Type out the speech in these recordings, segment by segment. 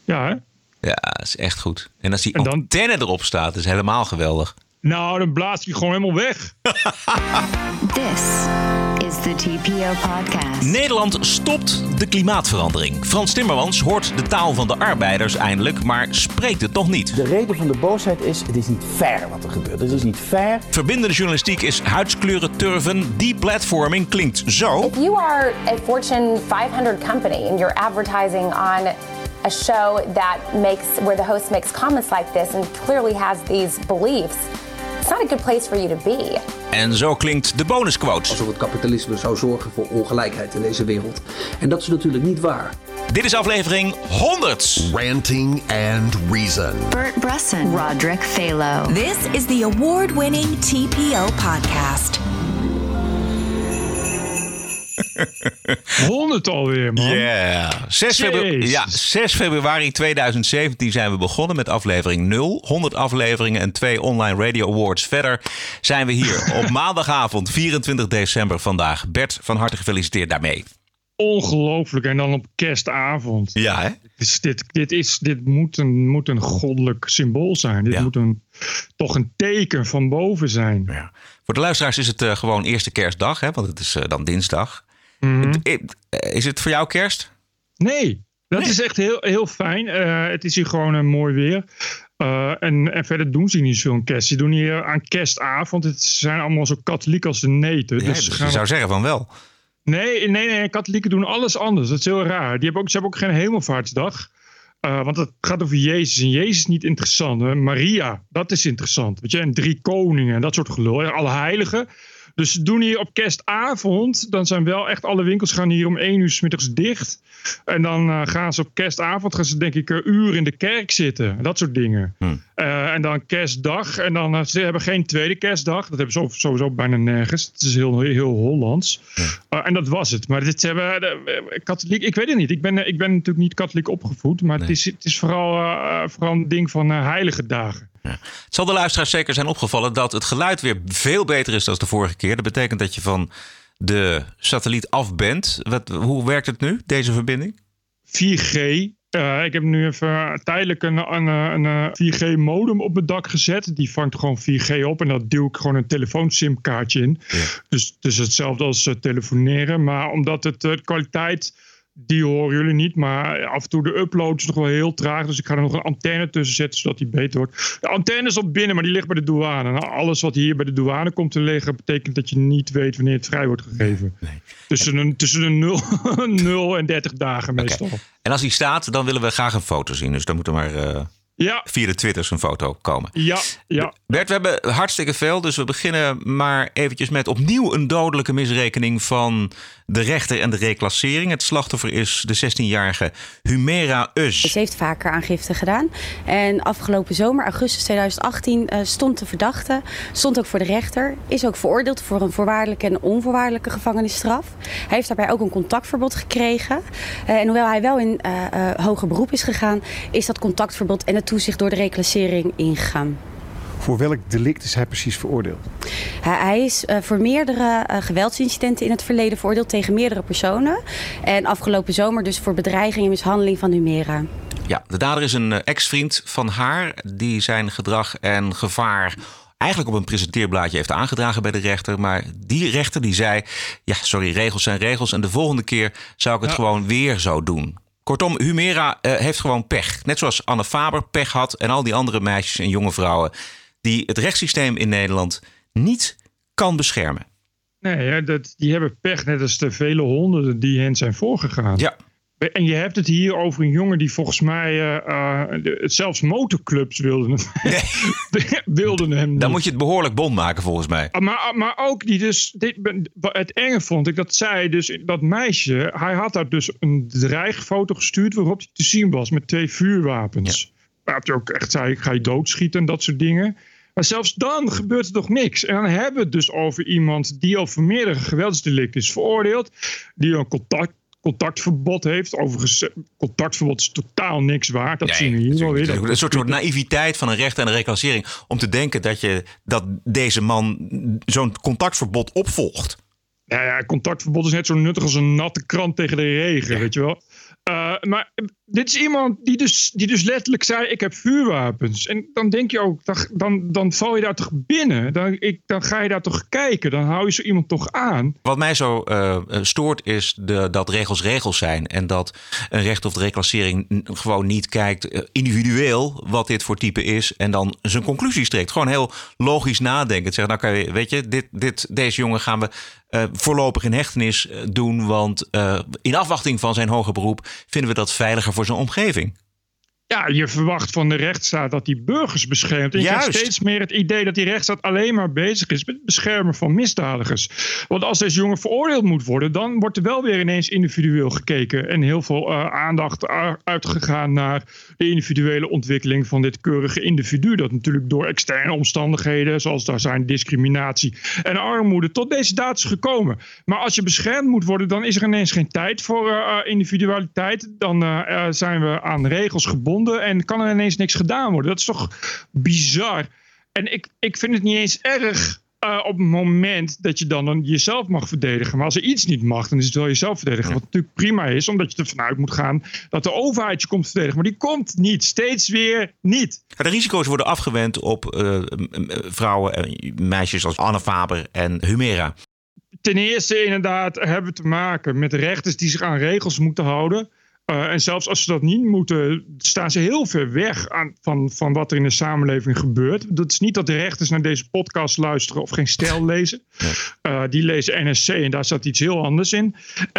Ja, hè? Ja, dat is echt goed. En als die antenne erop staat, is helemaal geweldig. Nou, dan blaast hij gewoon helemaal weg. This is the TPO podcast. Nederland stopt de klimaatverandering. Frans Timmermans hoort de taal van de arbeiders eindelijk, maar spreekt het nog niet. De reden van de boosheid is, het is niet fair wat er gebeurt. Het is niet fair. Verbindende journalistiek is huidskleuren turven. Deplatforming klinkt zo. If you are a Fortune 500 company and you're advertising on a show where the host makes comments like this and clearly has these beliefs, it's not a good place for you to be. En zo klinkt de bonusquote. Alsof het kapitalisme zou zorgen voor ongelijkheid in deze wereld. En dat is natuurlijk niet waar. Dit is aflevering 100. Ranting and Reason. Bert Bresson, Roderick Phalo. This is the award-winning TPO podcast. 100 alweer, man. Yeah. 6 februari 2017 zijn we begonnen met aflevering 0. 100 afleveringen en 2 online radio awards. Verder zijn we hier op maandagavond 24 december vandaag. Bert, van harte gefeliciteerd daarmee. Ongelooflijk. En dan op kerstavond. Ja, hè? Dit moet een goddelijk symbool zijn. Dit moet toch een teken van boven zijn. Ja. Voor de luisteraars is het gewoon eerste kerstdag, hè? Want het is dan dinsdag. Mm-hmm. Is het voor jou kerst? Nee, dat is echt heel, heel fijn. Het is hier gewoon mooi weer. En verder doen ze niet zo'n kerst. Ze doen hier aan kerstavond. Het zijn allemaal zo katholiek als de neten. Ja, dus je zou zeggen van wel. Nee. Katholieken doen alles anders. Dat is heel raar. Ze hebben ook geen hemelvaartsdag. Want het gaat over Jezus. En Jezus is niet interessant. Hè? Maria, dat is interessant. Weet je? En 3 koningen en dat soort gelul. Alle heiligen. Dus ze doen hier op kerstavond. Dan zijn wel echt alle winkels gaan hier om 1 uur 's middags dicht. En dan gaan ze op kerstavond denk ik uren in de kerk zitten. Dat soort dingen. En dan kerstdag. En dan ze hebben geen tweede kerstdag. Dat hebben ze sowieso bijna nergens. Het is heel, heel Hollands. En dat was het. Maar dit hebben katholiek. Ik weet het niet. Ik ben natuurlijk niet katholiek opgevoed. Maar nee. het is vooral een ding van heilige dagen. Ja. Het zal de luisteraars zeker zijn opgevallen dat het geluid weer veel beter is dan de vorige keer. Dat betekent dat je van de satelliet af bent. Hoe werkt het nu, deze verbinding? 4G. Ik heb nu even tijdelijk een 4G-modem op mijn dak gezet. Die vangt gewoon 4G op en daar duw ik gewoon een telefoon-simkaartje in. Ja. Dus hetzelfde als telefoneren. Maar omdat de kwaliteit, die horen jullie niet. Maar af en toe de upload is nog wel heel traag. Dus ik ga er nog een antenne tussen zetten, zodat die beter wordt. De antenne is al binnen, maar die ligt bij de douane. Nou, alles wat hier bij de douane komt te liggen, betekent dat je niet weet wanneer het vrij wordt gegeven. Nee. Tussen de 0 en 30 dagen meestal. Okay. En als die staat, dan willen we graag een foto zien. Dus dan moet er maar via de Twitters een foto komen. Ja. Bert, we hebben hartstikke veel. Dus we beginnen maar eventjes met opnieuw een dodelijke misrekening van de rechter en de reclassering. Het slachtoffer is de 16-jarige Humera Us. Ze heeft vaker aangifte gedaan. En afgelopen zomer, augustus 2018, stond de verdachte, stond ook voor de rechter, is ook veroordeeld voor een voorwaardelijke en onvoorwaardelijke gevangenisstraf. Hij heeft daarbij ook een contactverbod gekregen. En hoewel hij wel in hoger beroep is gegaan, is dat contactverbod en het toezicht door de reclassering ingegaan. Voor welk delict is hij precies veroordeeld? Hij is voor meerdere geweldsincidenten in het verleden veroordeeld tegen meerdere personen. En afgelopen zomer dus voor bedreiging en mishandeling van Humera. Ja, de dader is een ex-vriend van haar die zijn gedrag en gevaar eigenlijk op een presenteerblaadje heeft aangedragen bij de rechter. Maar die rechter die zei, regels zijn regels en de volgende keer zou ik het gewoon weer zo doen. Kortom, Humera heeft gewoon pech. Net zoals Anne Faber pech had en al die andere meisjes en jonge vrouwen die het rechtssysteem in Nederland niet kan beschermen. Nee, die hebben pech, net als de vele honderden die hen zijn voorgegaan. Ja. En je hebt het hier over een jongen die volgens mij zelfs motorclubs wilden hem niet. Dan moet je het behoorlijk bond maken volgens mij. Maar ook die dus, het enge vond ik, dat meisje, hij had daar dus een dreigfoto gestuurd waarop hij te zien was met 2 vuurwapens. Ja. Waar hij ook echt zei, ik ga je doodschieten en dat soort dingen. Maar zelfs dan gebeurt er toch niks. En dan hebben we het dus over iemand die al voor meerdere geweldsdelicten is veroordeeld, die een contactverbod heeft. Overigens, contactverbod is totaal niks waard. Dat zien we hier wel weer. Een soort naïviteit van een rechter en een reclassering om te denken dat deze man zo'n contactverbod opvolgt. Ja, contactverbod is net zo nuttig als een natte krant tegen de regen, weet je wel. Maar dit is iemand die dus letterlijk zei, ik heb vuurwapens. En dan denk je ook, dan val je daar toch binnen. Dan ga je daar toch kijken. Dan hou je zo iemand toch aan. Wat mij zo stoort is dat regels zijn. En dat een recht of de reclassering gewoon niet kijkt individueel wat dit voor type is. En dan zijn conclusies trekt. Gewoon heel logisch nadenken. Zeggen, nou kan je, weet je, deze jongen gaan we voorlopig in hechtenis doen. Want in afwachting van zijn hoger beroep vinden we dat veiliger voor zijn omgeving. Ja, je verwacht van de rechtsstaat dat die burgers beschermt. En je krijgt steeds meer het idee dat die rechtsstaat alleen maar bezig is met het beschermen van misdadigers. Want als deze jongen veroordeeld moet worden, dan wordt er wel weer ineens individueel gekeken. En heel veel aandacht uitgegaan naar de individuele ontwikkeling van dit keurige individu. Dat natuurlijk door externe omstandigheden, zoals daar zijn discriminatie en armoede, tot deze daad is gekomen. Maar als je beschermd moet worden, dan is er ineens geen tijd voor individualiteit. Dan zijn we aan regels gebonden. En kan er ineens niks gedaan worden. Dat is toch bizar. En ik vind het niet eens erg op het moment dat je dan jezelf mag verdedigen. Maar als er iets niet mag, dan is het wel jezelf verdedigen. Wat natuurlijk prima is, omdat je ervan uit moet gaan dat de overheid je komt verdedigen. Maar die komt niet. Steeds weer niet. De risico's worden afgewend op vrouwen en meisjes als Anne Faber en Humera. Ten eerste inderdaad hebben we te maken met rechters die zich aan regels moeten houden. En zelfs als ze dat niet moeten, staan ze heel ver weg van wat er in de samenleving gebeurt. Dat is niet dat de rechters naar deze podcast luisteren of geen stijl lezen. Die lezen NSC en daar staat iets heel anders in.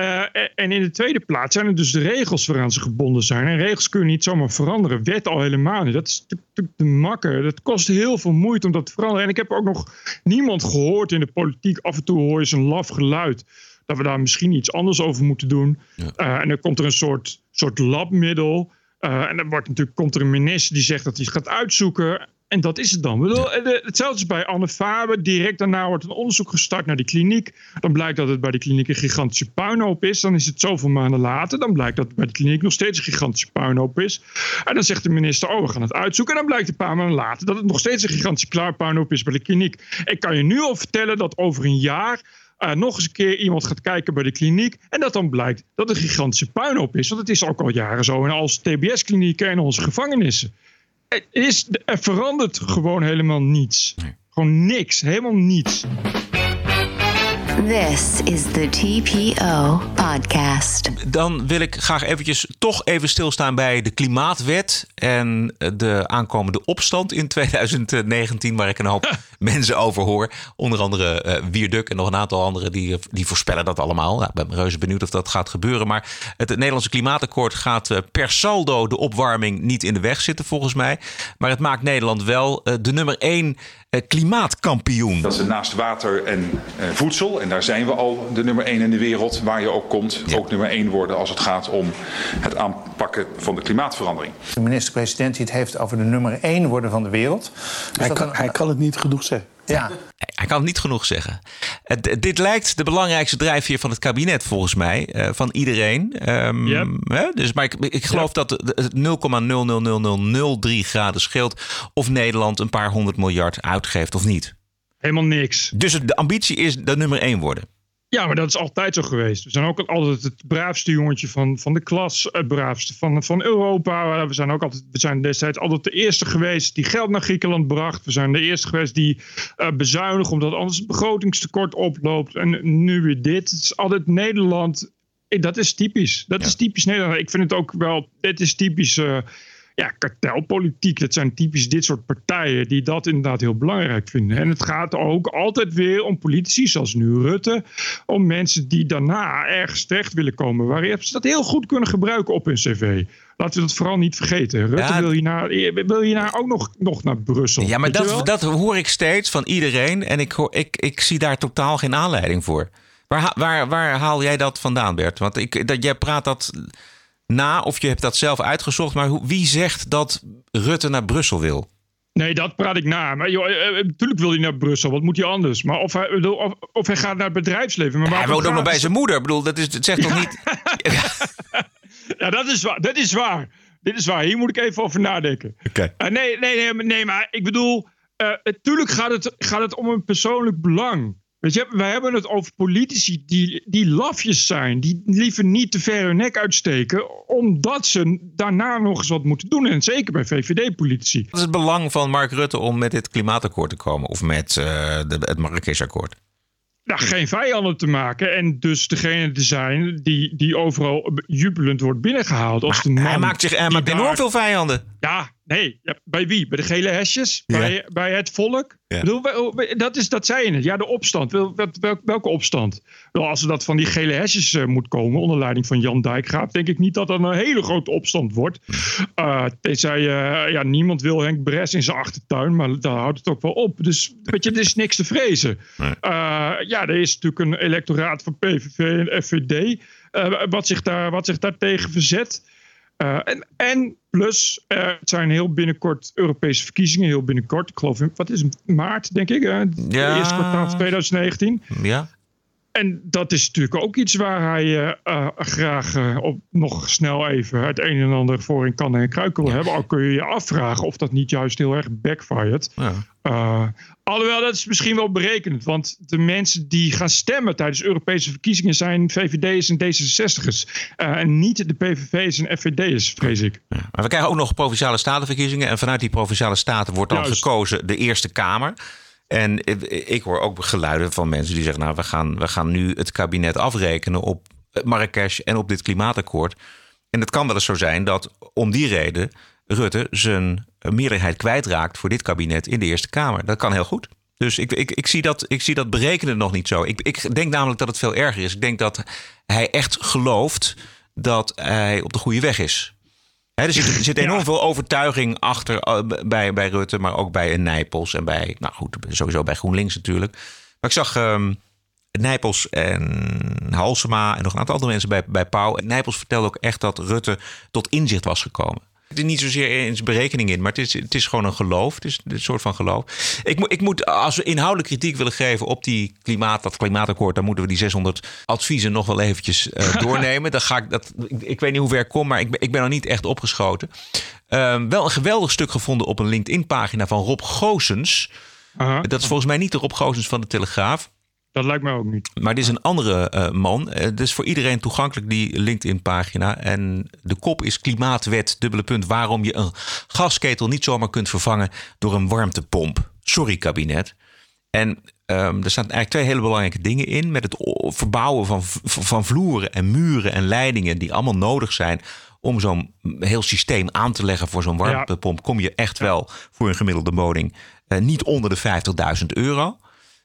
En in de tweede plaats zijn er dus de regels waaraan ze gebonden zijn. En regels kun je niet zomaar veranderen. Wet al helemaal niet. Dat is te makkelijk. Dat kost heel veel moeite om dat te veranderen. En ik heb ook nog niemand gehoord in de politiek. Af en toe hoor je zo'n laf geluid dat we daar misschien iets anders over moeten doen. Ja. En dan komt er een soort labmiddel. En dan komt er een minister die zegt dat hij het gaat uitzoeken. En dat is het dan. Hetzelfde is bij Anne Faber. Direct daarna wordt een onderzoek gestart naar die kliniek. Dan blijkt dat het bij die kliniek een gigantische puinhoop is. Dan is het zoveel maanden later. Dan blijkt dat het bij de kliniek nog steeds een gigantische puinhoop is. En dan zegt de minister, we gaan het uitzoeken. En dan blijkt een paar maanden later dat het nog steeds een gigantische puinhoop is bij de kliniek. Ik kan je nu al vertellen dat over een jaar nog eens een keer iemand gaat kijken bij de kliniek. En dat dan blijkt dat het een gigantische puinhoop is. Want het is ook al jaren zo in als TBS-klinieken en onze gevangenissen. Er verandert gewoon helemaal niets. Gewoon niks. Helemaal niets. This is the TPO podcast. Dan wil ik graag eventjes toch even stilstaan bij de Klimaatwet en de aankomende opstand in 2019, waar ik een hoop mensen over hoor. Onder andere Wierduk en nog een aantal anderen die voorspellen dat allemaal. Nou, ik ben reuze benieuwd of dat gaat gebeuren. Maar het Nederlandse Klimaatakkoord gaat per saldo de opwarming niet in de weg zitten volgens mij. Maar het maakt Nederland wel de nummer 1 klimaatkampioen. Dat is naast water en voedsel. En daar zijn we al de nummer 1 in de wereld. Waar je ook komt. Ja. Ook nummer 1 worden als het gaat om het aanpakken van de klimaatverandering. De minister-president die het heeft over de nummer 1 worden van de wereld. Hij kan het niet genoeg zeggen. Ja. Hij kan het niet genoeg zeggen. Dit lijkt de belangrijkste drijfveer van het kabinet volgens mij. Van iedereen. Dus, maar ik geloof dat het 0,000003 graden scheelt of Nederland een paar 100 miljard uitgeeft of niet. Helemaal niks. Dus de ambitie is de nummer 1 worden. Ja, maar dat is altijd zo geweest. We zijn ook altijd het braafste jongetje van de klas. Het braafste van Europa. We zijn destijds altijd de eerste geweest die geld naar Griekenland bracht. We zijn de eerste geweest die bezuinigen omdat anders het begrotingstekort oploopt. En nu weer dit. Het is altijd Nederland. Dat is typisch. Dat is typisch Nederland. Ik vind het ook wel. Dit is typisch kartelpolitiek. Dat zijn typisch dit soort partijen die dat inderdaad heel belangrijk vinden. En het gaat ook altijd weer om politici zoals nu Rutte. Om mensen die daarna ergens terecht willen komen. Waar ze dat heel goed kunnen gebruiken op hun cv. Laten we dat vooral niet vergeten. Rutte wil je ook nog naar Brussel. Ja, maar dat hoor ik steeds van iedereen. En ik zie daar totaal geen aanleiding voor. Waar haal jij dat vandaan, Bert? Want jij praat dat na of je hebt dat zelf uitgezocht. Maar wie zegt dat Rutte naar Brussel wil? Nee, dat praat ik na. Maar natuurlijk wil hij naar Brussel. Wat moet hij anders? Maar of hij gaat naar het bedrijfsleven. Maar hij woont ook nog bij zijn moeder. Ik bedoel, het zegt toch niet. Ja, dat is waar. Dat is waar. Dit is waar. Hier moet ik even over nadenken. Okay. Nee, maar ik bedoel, natuurlijk gaat het om een persoonlijk belang. Weet je, wij hebben het over politici die lafjes zijn. Die liever niet te ver hun nek uitsteken. Omdat ze daarna nog eens wat moeten doen. En zeker bij VVD-politici. Wat is het belang van Mark Rutte om met dit klimaatakkoord te komen? Of met het Marrakesh-akkoord? Nou, geen vijanden te maken. En dus degene te zijn die overal jubelend wordt binnengehaald. Als de man hij maakt enorm veel vijanden. Ja, nee. Ja, bij wie? Bij de gele hesjes? Ja. Bij het volk? Ja. Dat zei je net. Ja, de opstand. Welke opstand? Wel, als er dat van die gele hesjes moet komen... onder leiding van Jan Dijkgraaf... denk ik niet dat dat een hele grote opstand wordt. Niemand wil Henk Bres in zijn achtertuin... maar daar houdt het ook wel op. Dus weet je, er is niks te vrezen. Nee. Er is natuurlijk een electoraat van PVV en FVD... wat zich daar tegen verzet... En plus, het zijn heel binnenkort Europese verkiezingen. Heel binnenkort, ik geloof, wat is het, maart, denk ik. Het eerste kwartaal van 2019. Ja. En dat is natuurlijk ook iets waar hij graag nog snel even het een en ander voor in kan en kruiken wil hebben. Al kun je je afvragen of dat niet juist heel erg backfired. Ja. Alhoewel, dat is misschien wel berekenend. Want de mensen die gaan stemmen tijdens Europese verkiezingen zijn VVD'ers en D66'ers. En niet de PVV's en FVD'ers, vrees ik. Ja. Maar we krijgen ook nog Provinciale Statenverkiezingen. En vanuit die Provinciale Staten wordt dan gekozen de Eerste Kamer. En ik hoor ook geluiden van mensen die zeggen... nou, we gaan nu het kabinet afrekenen op Marrakesh en op dit klimaatakkoord. En het kan wel eens zo zijn dat om die reden Rutte zijn meerderheid kwijtraakt voor dit kabinet in de Eerste Kamer. Dat kan heel goed. Dus ik zie dat berekenen nog niet zo. Ik denk namelijk dat het veel erger is. Ik denk dat hij echt gelooft dat hij op de goede weg is. Er zit enorm veel overtuiging achter bij Rutte, maar ook bij Nijpels en sowieso bij GroenLinks natuurlijk. Maar ik zag Nijpels en Halsema en nog een aantal andere mensen bij Pauw. En Nijpels vertelde ook echt dat Rutte tot inzicht was gekomen. Het is niet zozeer eens berekening in, maar het is gewoon een geloof. Het is een soort van geloof. Ik moet, als we inhoudelijk kritiek willen geven op dat klimaatakkoord, dan moeten we die 600 adviezen nog wel eventjes doornemen. Ik weet niet hoe ver ik kom, maar ik ben nog niet echt opgeschoten. Wel een geweldig stuk gevonden op een LinkedIn-pagina van Rob Goossens. Dat is volgens mij niet de Rob Goossens van de Telegraaf. Dat lijkt mij ook niet. Maar dit is een andere man. Het is voor iedereen toegankelijk, die LinkedIn-pagina. En de kop is Klimaatwet, : waarom je een gasketel niet zomaar kunt vervangen door een warmtepomp. Sorry, kabinet. En er staan eigenlijk 2 hele belangrijke dingen in. Met het verbouwen van vloeren en muren en leidingen die allemaal nodig zijn om zo'n heel systeem aan te leggen voor zo'n warmtepomp. Kom je echt wel voor een gemiddelde woning niet onder de €50.000.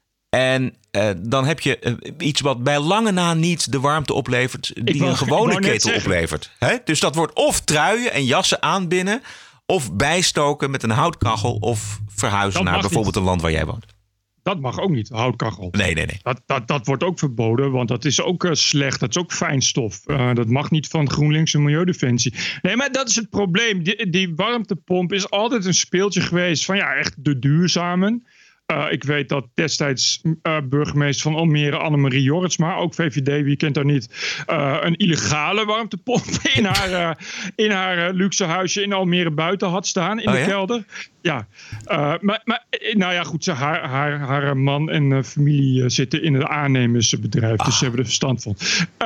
En dan heb je iets wat bij lange na niet de warmte oplevert die een gewone ketel oplevert. Dus dat wordt of truien en jassen aanbinden, of bijstoken met een houtkachel, of verhuizen naar bijvoorbeeld een land waar jij woont. Dat mag ook niet, houtkachel. Nee. Dat wordt ook verboden, want dat is ook slecht. Dat is ook fijnstof. Dat mag niet van GroenLinks en Milieudefensie. Nee, maar dat is het probleem. Die warmtepomp is altijd een speeltje geweest van echt de duurzamen. Ik weet dat destijds burgemeester van Almere, Annemarie Jorritsma, ook VVD, wie kent haar niet, een illegale warmtepomp in haar luxe huisje in Almere buiten had staan in de kelder. Ja, maar goed, haar man en familie zitten in het aannemersbedrijf, dus ze hebben er verstand van.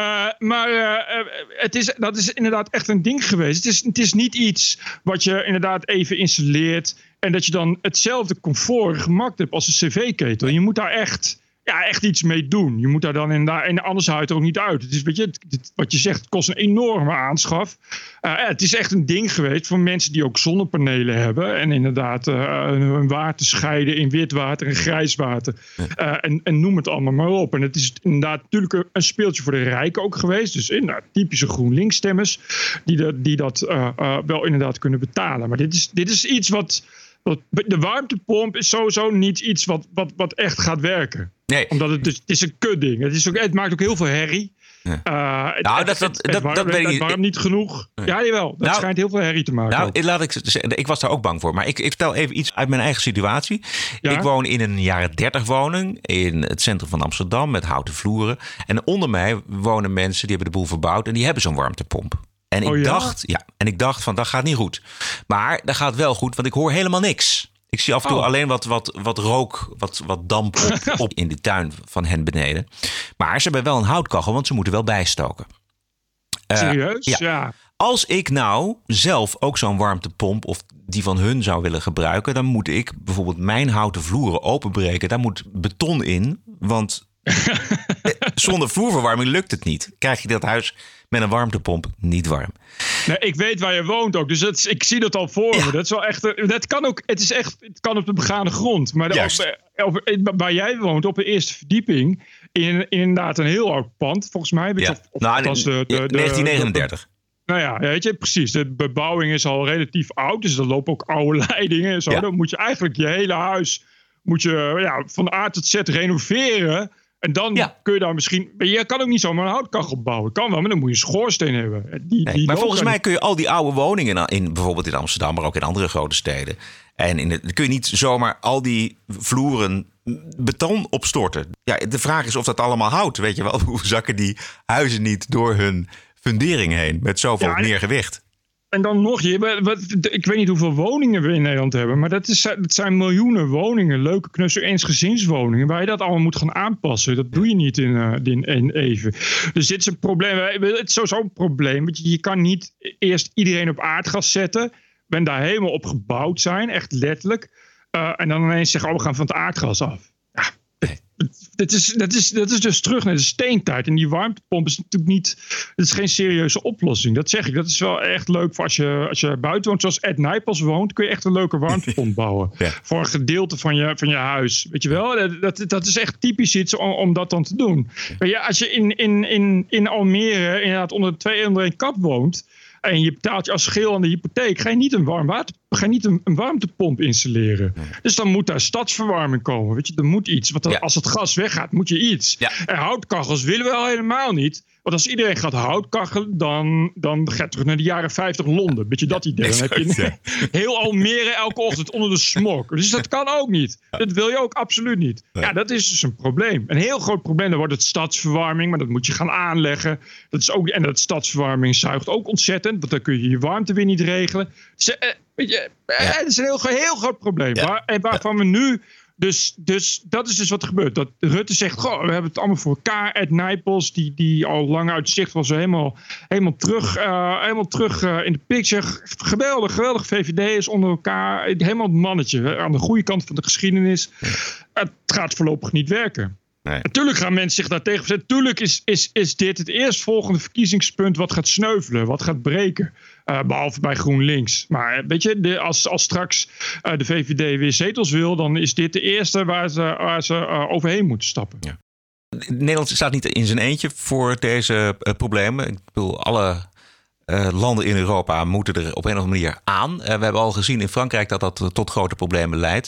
Dat is inderdaad echt een ding geweest. Het is niet iets wat je inderdaad even installeert en dat je dan hetzelfde comfort en gemak hebt als een cv-ketel. Je moet daar echt iets mee doen. Je moet daar dan en anders houdt het er ook niet uit. Het is, wat je zegt, het kost een enorme aanschaf. Het is echt een ding geweest voor mensen die ook zonnepanelen hebben. En inderdaad hun water scheiden in wit water en grijs water. En noem het allemaal maar op. En het is inderdaad natuurlijk een speeltje voor de rijken ook geweest. Dus inderdaad typische GroenLinks-stemmers die dat wel inderdaad kunnen betalen. Maar dit is iets wat de warmtepomp is sowieso niet iets wat echt gaat werken. Nee. Omdat het is een kutding. Het maakt ook heel veel herrie. Ja. Dat weet ik niet. Warm niet genoeg. Nee. Ja, jawel. Dat schijnt heel veel herrie te maken. Ik was daar ook bang voor. Maar ik vertel even iets uit mijn eigen situatie. Ja? Ik woon in een jaren 30 woning in het centrum van Amsterdam met houten vloeren. En onder mij wonen mensen die hebben de boel verbouwd en die hebben zo'n warmtepomp. En ik dacht van, dat gaat niet goed. Maar dat gaat wel goed, want ik hoor helemaal niks. Ik zie af en toe alleen wat rook, wat damp op in de tuin van hen beneden. Maar ze hebben wel een houtkachel, want ze moeten wel bijstoken. Serieus? Ja. Als ik nou zelf ook zo'n warmtepomp of die van hun zou willen gebruiken, dan moet ik bijvoorbeeld mijn houten vloeren openbreken. Daar moet beton in, want zonder vloerverwarming lukt het niet. Krijg je dat huis met een warmtepomp niet warm. Nee, ik weet waar je woont ook, dus ik zie dat al voor me. Dat is wel echt. Dat kan ook. Het kan op de begane grond, maar waar jij woont op de eerste verdieping in inderdaad een heel oud pand, volgens mij. Ja. 1939. Nou ja, weet je, precies. De bebouwing is al relatief oud, dus er lopen ook oude leidingen en zo. Ja. Dan moet je eigenlijk je hele huis van A tot Z renoveren. En dan kun je daar misschien... Je kan ook niet zomaar een houtkachel bouwen. Kan wel, maar dan moet je een schoorsteen hebben. Maar volgens mij kun je al die oude woningen, bijvoorbeeld in Amsterdam, maar ook in andere grote steden. En kun je niet zomaar al die vloeren beton opstorten. Ja, de vraag is of dat allemaal houdt. Weet je wel, hoe zakken die huizen niet door hun fundering heen met zoveel meer gewicht? En dan nog, ik weet niet hoeveel woningen we in Nederland hebben, maar dat zijn miljoenen woningen, leuke knusse eensgezinswoningen, waar je dat allemaal moet gaan aanpassen. Dat doe je niet in even. Dus dit is een probleem. Het is sowieso een probleem, want je kan niet eerst iedereen op aardgas zetten, en daar helemaal op gebouwd zijn, echt letterlijk, en dan ineens zeggen, we gaan van het aardgas af. Ja. Dat is dus terug naar de steentijd. En die warmtepomp is natuurlijk niet... Dat is geen serieuze oplossing. Dat zeg ik. Dat is wel echt leuk voor als je buiten woont. Zoals Ed Nijpels woont, kun je echt een leuke warmtepomp bouwen. Ja. Voor een gedeelte van je huis. Weet je wel? Dat is echt typisch iets om dat dan te doen. Maar ja, als je in Almere inderdaad onder 2 onder 1 kap woont, en je betaalt je als geheel aan de hypotheek, ga je niet een warmtepomp installeren. Nee. Dus dan moet daar stadsverwarming komen. Weet je, er moet iets. Want als het gas weggaat, moet je iets. Ja. En houtkachels willen we al helemaal niet. Want als iedereen gaat houtkachelen, dan gaat het terug naar de jaren 50 Londen. Beetje dat idee. Dan heb je heel Almere elke ochtend onder de smog. Dus dat kan ook niet. Dat wil je ook absoluut niet. Ja, dat is dus een probleem. Een heel groot probleem. Dan wordt het stadsverwarming, maar dat moet je gaan aanleggen. En dat stadsverwarming zuigt ook ontzettend. Want dan kun je je warmte weer niet regelen. Het is een heel groot probleem. Ja. Waarvan we nu... Dus dat is dus wat er gebeurt. Dat Rutte zegt, we hebben het allemaal voor elkaar. Ed Nijpels, die al lang uit zicht was, helemaal terug in de picture. Geweldig. VVD is onder elkaar. Helemaal het mannetje. Aan de goede kant van de geschiedenis. Het gaat voorlopig niet werken. Nee. Natuurlijk gaan mensen zich daar tegen verzetten. Natuurlijk is dit het eerstvolgende verkiezingspunt wat gaat sneuvelen, wat gaat breken. Behalve bij GroenLinks. Maar weet je, als straks de VVD weer zetels wil, dan is dit de eerste waar ze overheen moeten stappen. Ja. Nederland staat niet in zijn eentje voor deze problemen. Ik bedoel, alle landen in Europa moeten er op een of andere manier aan. We hebben al gezien in Frankrijk dat tot grote problemen leidt.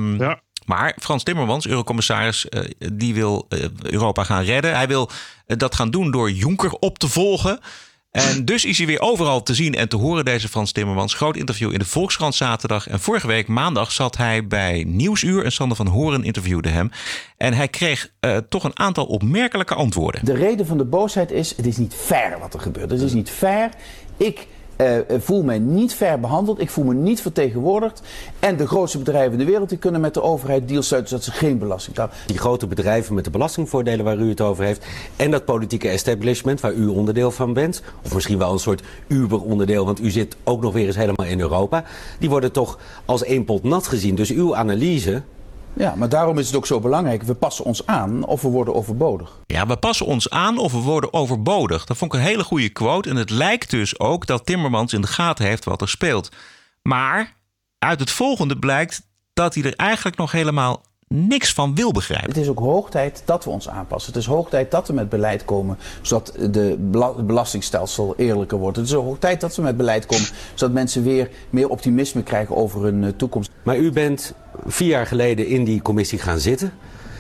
Maar Frans Timmermans, eurocommissaris, die wil Europa gaan redden. Hij wil dat gaan doen door Juncker op te volgen. En dus is hij weer overal te zien en te horen, deze Frans Timmermans. Groot interview in de Volkskrant zaterdag. En vorige week maandag zat hij bij Nieuwsuur en Sander van Horen interviewde hem. En hij kreeg toch een aantal opmerkelijke antwoorden. De reden van de boosheid is, het is niet fair wat er gebeurt. Het is niet fair. Ik voel mij niet fair behandeld. Ik voel me niet vertegenwoordigd. En de grootste bedrijven in de wereld die kunnen met de overheid deals sluiten zodat ze geen belasting betalen. Die grote bedrijven met de belastingvoordelen waar u het over heeft. En dat politieke establishment waar u onderdeel van bent. Of misschien wel een soort Uber-onderdeel, want u zit ook nog weer eens helemaal in Europa. Die worden toch als één pot nat gezien. Dus uw analyse... Ja, maar daarom is het ook zo belangrijk. We passen ons aan of we worden overbodig. Ja, we passen ons aan of we worden overbodig. Dat vond ik een hele goede quote. En het lijkt dus ook dat Timmermans in de gaten heeft wat er speelt. Maar uit het volgende blijkt dat hij er eigenlijk nog helemaal niks van wil begrijpen. Het is ook hoog tijd dat we ons aanpassen. Het is hoog tijd dat we met beleid komen, zodat het belastingstelsel eerlijker wordt. Het is ook hoog tijd dat we met beleid komen, zodat mensen weer meer optimisme krijgen over hun toekomst. Maar u bent 4 jaar geleden in die commissie gaan zitten.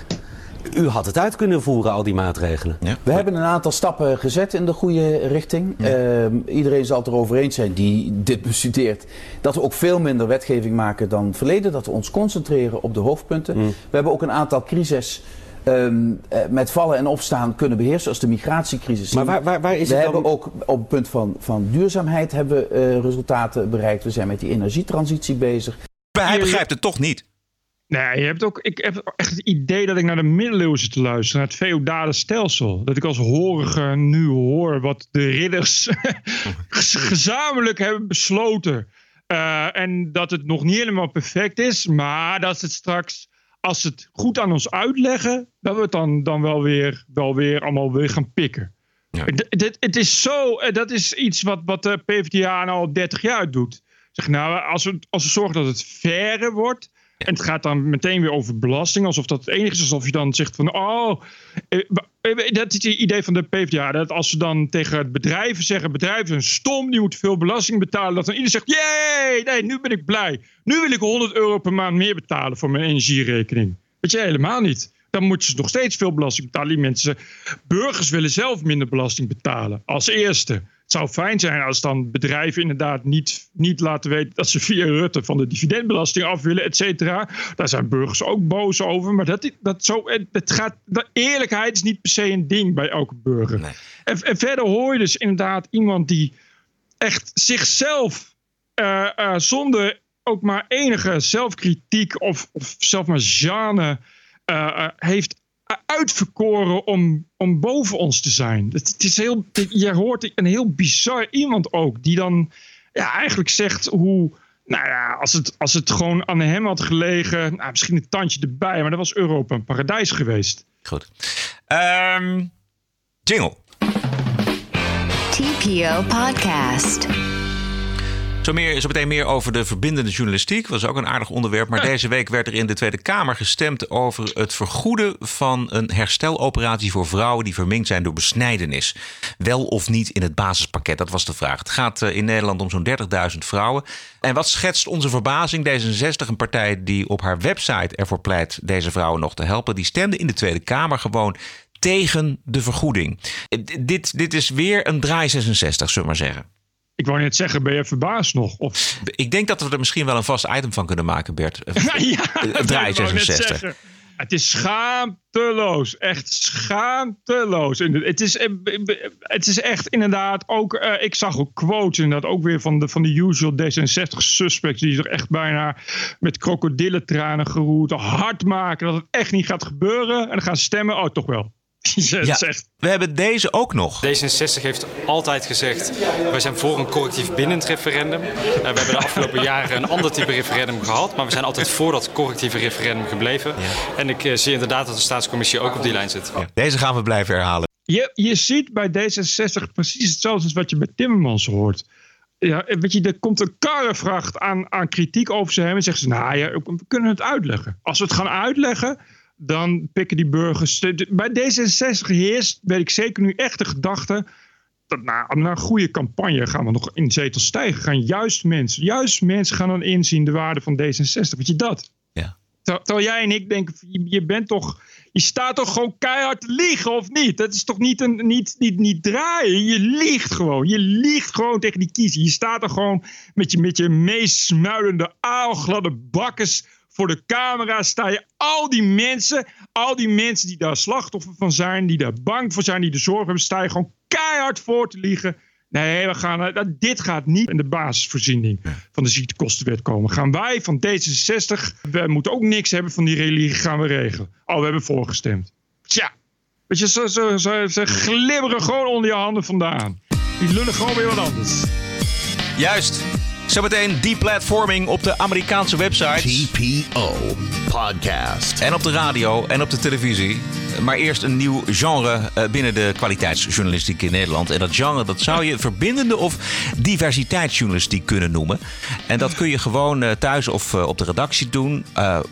U had het uit kunnen voeren, al die maatregelen. Ja. We hebben een aantal stappen gezet in de goede richting. Ja. Iedereen zal het erover eens zijn die dit bestudeert. Dat we ook veel minder wetgeving maken dan het verleden. Dat we ons concentreren op de hoofdpunten. We hebben ook een aantal crises met vallen en opstaan kunnen beheersen. Als de migratiecrisis. Maar waar is het dan? We hebben ook op het punt van duurzaamheid hebben we, resultaten bereikt. We zijn met die energietransitie bezig. Maar hij begrijpt het toch niet. Nee, ik heb echt het idee dat ik naar de middeleeuwen zit te luisteren. Naar het feodale stelsel. Dat ik als horige nu hoor wat de ridders gezamenlijk hebben besloten. En dat het nog niet helemaal perfect is. Maar dat het straks, als ze het goed aan ons uitleggen, dat we het dan wel weer allemaal weer gaan pikken. Ja. Het is zo, dat is iets wat de PvdA nou al 30 jaar doet. Zeg nou, als we zorgen dat het fairer wordt. En het gaat dan meteen weer over belasting. Alsof dat het enige is. Alsof je dan zegt van... dat is het idee van de PvdA. Dat als ze dan tegen bedrijven zeggen... bedrijven zijn stom, die moeten veel belasting betalen. Dat dan iedereen zegt... Jee, nee, nu ben ik blij. Nu wil ik €100 per maand meer betalen voor mijn energierekening. Weet je, helemaal niet. Dan moeten ze nog steeds veel belasting betalen. Die mensen, burgers willen zelf minder belasting betalen. Als eerste. Het zou fijn zijn als dan bedrijven inderdaad niet laten weten dat ze via Rutte van de dividendbelasting af willen, et cetera. Daar zijn burgers ook boos over. Maar eerlijkheid is niet per se een ding bij elke burger. Nee. En verder hoor je dus inderdaad iemand die echt zichzelf zonder ook maar enige zelfkritiek of zelf maar gêne heeft uitverkoren om boven ons te zijn. Je hoort een heel bizar iemand ook, die dan eigenlijk zegt hoe, als het gewoon aan hem had gelegen, misschien een tandje erbij, maar dat was Europa een paradijs geweest. Goed. Jingle. TPO Podcast. Zo meteen meer over de verbindende journalistiek. Dat was ook een aardig onderwerp. Maar deze week werd er in de Tweede Kamer gestemd over het vergoeden van een hersteloperatie voor vrouwen die verminkt zijn door besnijdenis. Wel of niet in het basispakket, dat was de vraag. Het gaat in Nederland om zo'n 30.000 vrouwen. En wat schetst onze verbazing? D66, een partij die op haar website ervoor pleit deze vrouwen nog te helpen, die stemde in de Tweede Kamer gewoon tegen de vergoeding. Dit is weer een draai 66, zullen we maar zeggen. Ik wou net zeggen, ben je verbaasd nog? Of... Ik denk dat we er misschien wel een vast item van kunnen maken, Bert. Draai 66. Het is schaamteloos. Echt schaamteloos. Het is echt inderdaad ook... ik zag ook quotes inderdaad ook weer van de usual D66 suspects... die zich echt bijna met krokodillentranen geroerd hard maken... dat het echt niet gaat gebeuren. En dan gaan stemmen. Oh, toch wel. We hebben deze ook nog. D66 heeft altijd gezegd, wij zijn voor een correctief bindend referendum. We hebben de afgelopen jaren een ander type referendum gehad, maar we zijn altijd voor dat correctieve referendum gebleven. Ja. En ik zie inderdaad dat de staatscommissie ook op die lijn zit. Ja. Deze gaan we blijven herhalen. Je ziet bij D66 precies hetzelfde als wat je bij Timmermans hoort. Ja, weet je, er komt een karrevracht aan kritiek over ze hebben en zeggen ze, we kunnen het uitleggen. Als we het gaan uitleggen, dan pikken die burgers... Bij D66 heerst, weet ik zeker nu, echt de gedachte... dat na een goede campagne gaan we nog in zetels stijgen. Gaan juist mensen gaan dan inzien de waarde van D66. Weet je dat? Ja. Terwijl jij en ik denken, je staat toch gewoon keihard te liegen, of niet? Dat is toch niet draaien? Je liegt gewoon. Je liegt gewoon tegen die kiezer. Je staat er gewoon met je meest smuilende, aalgladde bakkes... Voor de camera sta je al die mensen die daar slachtoffer van zijn, die daar bang voor zijn, die de zorg hebben, sta je gewoon keihard voor te liegen. Nee, dit gaat niet in de basisvoorziening van de ziektekostenwet komen. Gaan wij van D66, we moeten ook niks hebben van die religie, gaan we regelen. Oh, we hebben voorgestemd. Tja, weet je, ze glibberen gewoon onder je handen vandaan. Die lullen gewoon weer wat anders. Juist. Zometeen deplatforming op de Amerikaanse website. TPO Podcast. En op de radio en op de televisie. Maar eerst een nieuw genre binnen de kwaliteitsjournalistiek in Nederland. En dat genre, dat zou je verbindende of diversiteitsjournalistiek kunnen noemen. En dat kun je gewoon thuis of op de redactie doen.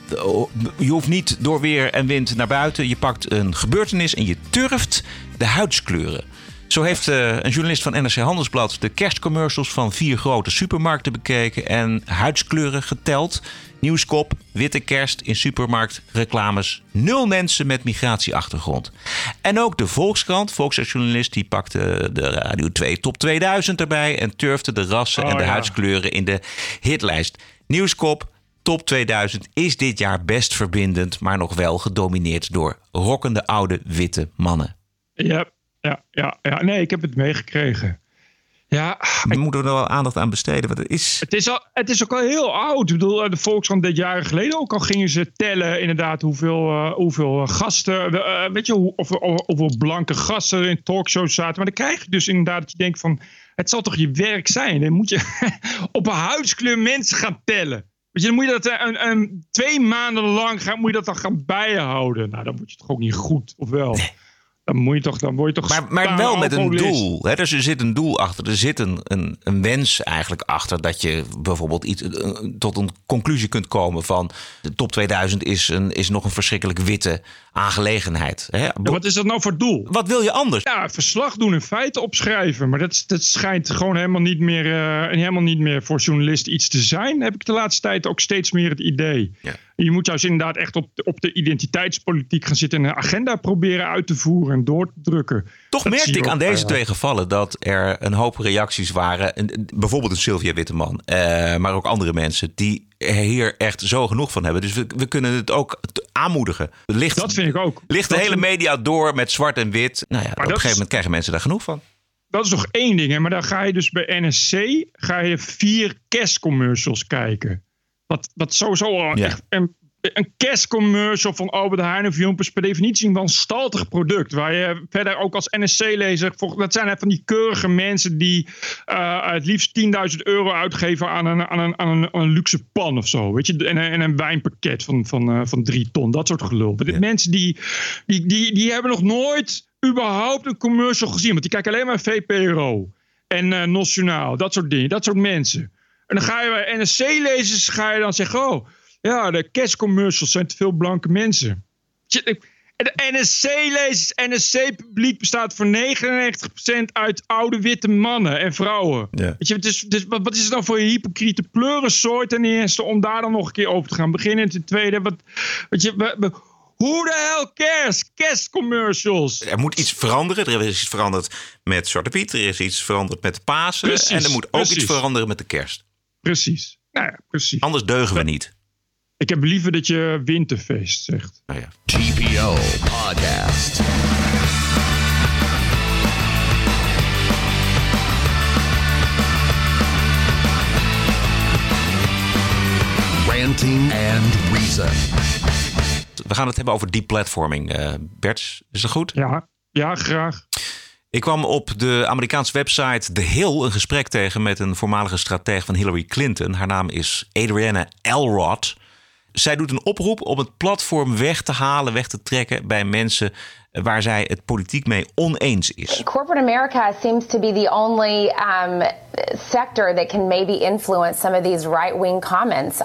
Je hoeft niet door weer en wind naar buiten. Je pakt een gebeurtenis en je turft de huidskleuren. Zo heeft een journalist van NRC Handelsblad de kerstcommercials van 4 grote supermarkten bekeken en huidskleuren geteld. Nieuwskop, witte kerst in supermarktreclames. 0 mensen met migratieachtergrond. En ook de Volksjournalist, die pakte de Radio 2 Top 2000 erbij en turfde de rassen en de huidskleuren in de hitlijst. Nieuwskop, Top 2000 is dit jaar best verbindend, maar nog wel gedomineerd door rokkende oude witte mannen. Ja. Nee, ik heb het meegekregen. Ja, daar moeten we er wel aandacht aan besteden. Want het is ook al heel oud. Ik bedoel, de Volkskrant deed jaren geleden ook al gingen ze tellen inderdaad hoeveel gasten, weet je, hoeveel blanke gasten in talkshows zaten. Maar dan krijg je dus inderdaad dat je denkt van, het zal toch je werk zijn? Dan moet je op een huidskleur mensen gaan tellen. Weet je, dan moet je dat 2 maanden lang moet je dat dan gaan bijhouden. Nou, dan moet je toch ook niet goed, of wel? Nee. Dan word je toch maar wel met een doel. Hè? Dus er zit een doel achter. Er zit een wens eigenlijk achter dat je bijvoorbeeld tot een conclusie kunt komen van de top 2000 is nog een verschrikkelijk witte aangelegenheid. Hè? Ja, wat is dat nou voor doel? Wat wil je anders? Ja, verslag doen en feiten opschrijven. Maar dat schijnt gewoon helemaal niet meer voor journalisten iets te zijn. Heb ik de laatste tijd ook steeds meer het idee. Ja. Je moet juist inderdaad echt op de identiteitspolitiek gaan zitten en een agenda proberen uit te voeren en door te drukken. Toch merkte ik aan deze 2 gevallen dat er een hoop reacties waren. Bijvoorbeeld een Sylvia Witteman, maar ook andere mensen die hier echt zo genoeg van hebben. Dus we kunnen het ook aanmoedigen. Dat vind ik ook. Ligt de hele media door met zwart en wit. Nou ja, op een gegeven moment krijgen mensen daar genoeg van. Dat is nog 1 ding. Hè? Maar dan ga je dus bij NSC 4 kerstcommercials kijken. Wat sowieso al echt een kerstcommercial van Albert Heijn of Jumpers per definitie een wanstaltig product. Waar je verder ook als NSC-lezer... Dat zijn van die keurige mensen die het liefst €10.000 uitgeven aan een luxe pan of zo. Weet je? En een wijnpakket van 3 ton. Dat soort gelul. Ja. Mensen die hebben nog nooit überhaupt een commercial gezien. Want die kijken alleen maar VPRO en Nationaal. Dat soort dingen. Dat soort mensen. En dan ga je bij NSC-lezers dan zeggen... oh, ja, de kerstcommercials zijn te veel blanke mensen. De NSC-lezers, NSC-publiek bestaat voor 99% uit oude witte mannen en vrouwen. Ja. Weet je, dus wat is het nou voor een hypocriete pleurensoort ten eerste om daar dan nog een keer over te gaan beginnen? En ten tweede, hoe de hel kerstcommercials? Er moet iets veranderen. Er is iets veranderd met Zwarte Piet. Er is iets veranderd met Pasen. Precies, en er moet ook iets veranderen met de kerst. Precies. Nou ja, precies. Anders deugen we niet. Ik heb liever dat je winterfeest zegt. Nou ja. TPO Podcast. Ranting and Reason. We gaan het hebben over deplatforming. Bert, is dat goed? Ja, graag. Ik kwam op de Amerikaanse website The Hill een gesprek tegen met een voormalige stratege van Hillary Clinton. Haar naam is Adrienne Elrod. Zij doet een oproep om het platform weg te trekken bij mensen waar zij het politiek mee oneens is. Corporate America seems to be the only sector that can maybe influence some of these right-wing comments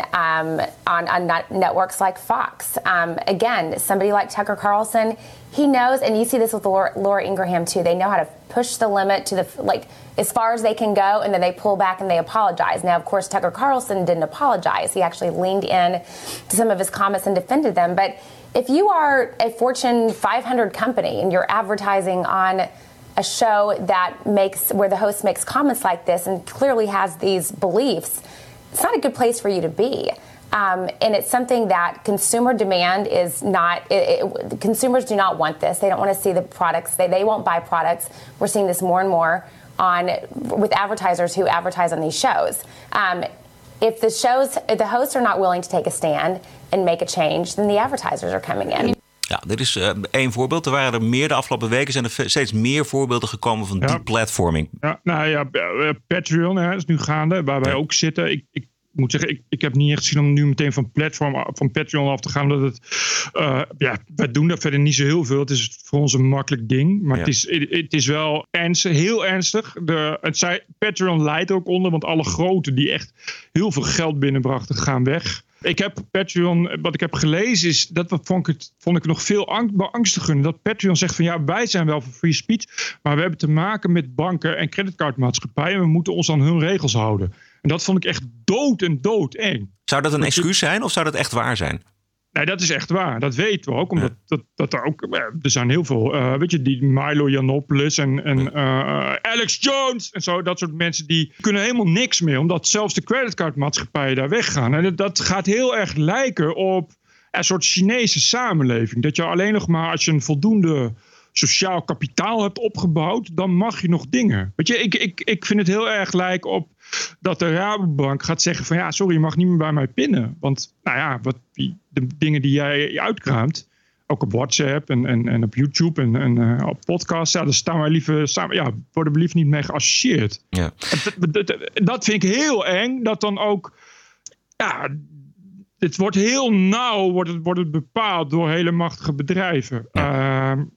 on networks like Fox. Again, somebody like Tucker Carlson, he knows, and you see this with Laura Ingraham too, they know how to push the limit to as far as they can go, and then they pull back and they apologize. Now, of course, Tucker Carlson didn't apologize. He actually leaned in to some of his comments and defended them. But if you are a Fortune 500 company and you're advertising on a show where the host makes comments like this and clearly has these beliefs, it's not a good place for you to be. And it's something that consumer demand is not, consumers do not want this. They don't want to see the products. They won't buy products. We're seeing this more and more with advertisers who advertise on these shows. If the hosts are not willing to take a stand and make a change, then the advertisers are coming in. Ja, dit is één voorbeeld. Er waren er meer de afgelopen weken. Zijn er steeds meer voorbeelden gekomen van deplatforming. Ja, nou ja, Patreon is nu gaande, waar wij ook zitten. Ik moet zeggen, ik heb niet echt zin om nu meteen van Patreon af te gaan. Dat wij doen daar verder niet zo heel veel. Het is voor ons een makkelijk ding. Maar het is wel heel ernstig. Patreon leidt ook onder, want alle groten die echt heel veel geld binnenbrachten gaan weg. Ik heb Patreon, wat ik heb gelezen is, vond ik nog veel beangstigender. Dat Patreon zegt van ja, wij zijn wel voor free speech, maar we hebben te maken met banken en creditcardmaatschappijen en we moeten ons aan hun regels houden. En dat vond ik echt doodeng. Zou dat een excuus zijn of zou dat echt waar zijn? Nee, dat is echt waar. Dat weten we ook. Omdat dat er ook... Er zijn heel veel... weet je, die Milo Yiannopoulos en Alex Jones en zo. Dat soort mensen die kunnen helemaal niks meer. Omdat zelfs de creditcardmaatschappijen daar weggaan. En dat gaat heel erg lijken op een soort Chinese samenleving. Dat je alleen nog maar als je een voldoende sociaal kapitaal hebt opgebouwd, dan mag je nog dingen. Weet je, ik vind het heel erg lijken op dat de Rabobank gaat zeggen van ja, sorry, je mag niet meer bij mij pinnen. Want nou ja, de dingen die jij uitkraamt, ook op WhatsApp en op YouTube en op podcasts, ja, daar worden we liever niet mee geassocieerd. Ja. Dat vind ik heel eng, dat dan ook, ja, het wordt heel nauw, wordt het bepaald door hele machtige bedrijven. Ja.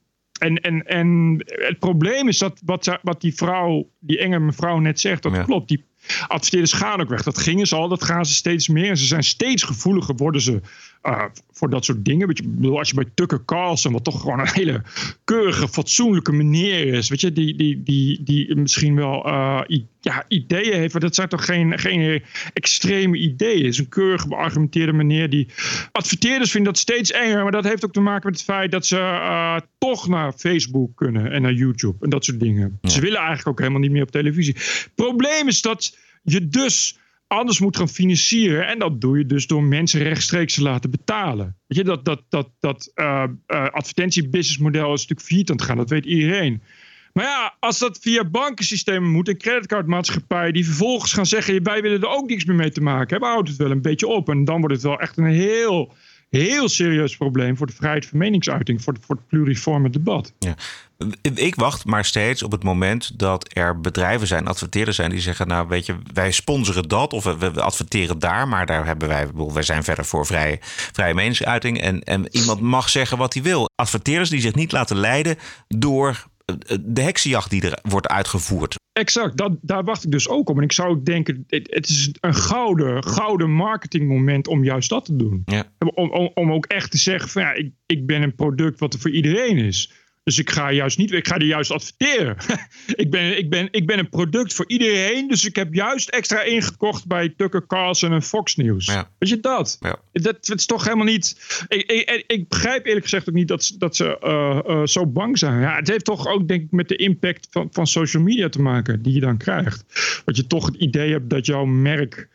En het probleem is dat wat die enge mevrouw net zegt, dat klopt. Die adverteerders gaan ook weg. Dat gingen ze al, dat gaan ze steeds meer. En ze zijn steeds gevoeliger, worden ze voor dat soort dingen. Weet je, bedoel, als je bij Tucker Carlson, wat toch gewoon een hele keurige, fatsoenlijke meneer is, weet je, die misschien wel ideeën heeft, maar dat zijn toch geen extreme ideeën. Het is een keurige, beargumenteerde meneer. Die adverteerders vinden dat steeds enger, maar dat heeft ook te maken met het feit dat ze toch naar Facebook kunnen en naar YouTube en dat soort dingen. Ja. Ze willen eigenlijk ook helemaal niet meer op televisie. Het probleem is dat je dus anders moet gaan financieren. En dat doe je dus door mensen rechtstreeks te laten betalen. Weet je, dat advertentiebusinessmodel is natuurlijk failliet aan het gaan. Dat weet iedereen. Maar ja, als dat via bankensystemen moet en creditcardmaatschappijen die vervolgens gaan zeggen, wij willen er ook niks meer mee te maken hebben, houdt het wel een beetje op. En dan wordt het wel echt een heel serieus probleem voor de vrijheid van meningsuiting, voor het pluriforme debat. Ja. Ik wacht maar steeds op het moment dat er bedrijven zijn, adverteerders zijn, die zeggen, nou weet je, wij sponsoren dat of we adverteren daar, maar daar hebben wij zijn verder voor vrije meningsuiting en iemand mag zeggen wat hij wil. Adverteerders die zich niet laten leiden door de heksenjacht die er wordt uitgevoerd. Exact, daar wacht ik dus ook op. En ik zou ook denken, het is een gouden marketingmoment om juist dat te doen. Ja. Om ook echt te zeggen van ja, ik ben een product wat er voor iedereen is. Dus ik ga er juist adverteren. ik ben een product voor iedereen. Dus ik heb juist extra ingekocht bij Tucker Carlson en Fox News. Ja. Weet je dat? Ja. Dat is toch helemaal niet. Ik begrijp eerlijk gezegd ook niet dat ze zo bang zijn. Ja, het heeft toch ook denk ik met de impact van social media te maken die je dan krijgt. Dat je toch het idee hebt dat jouw merk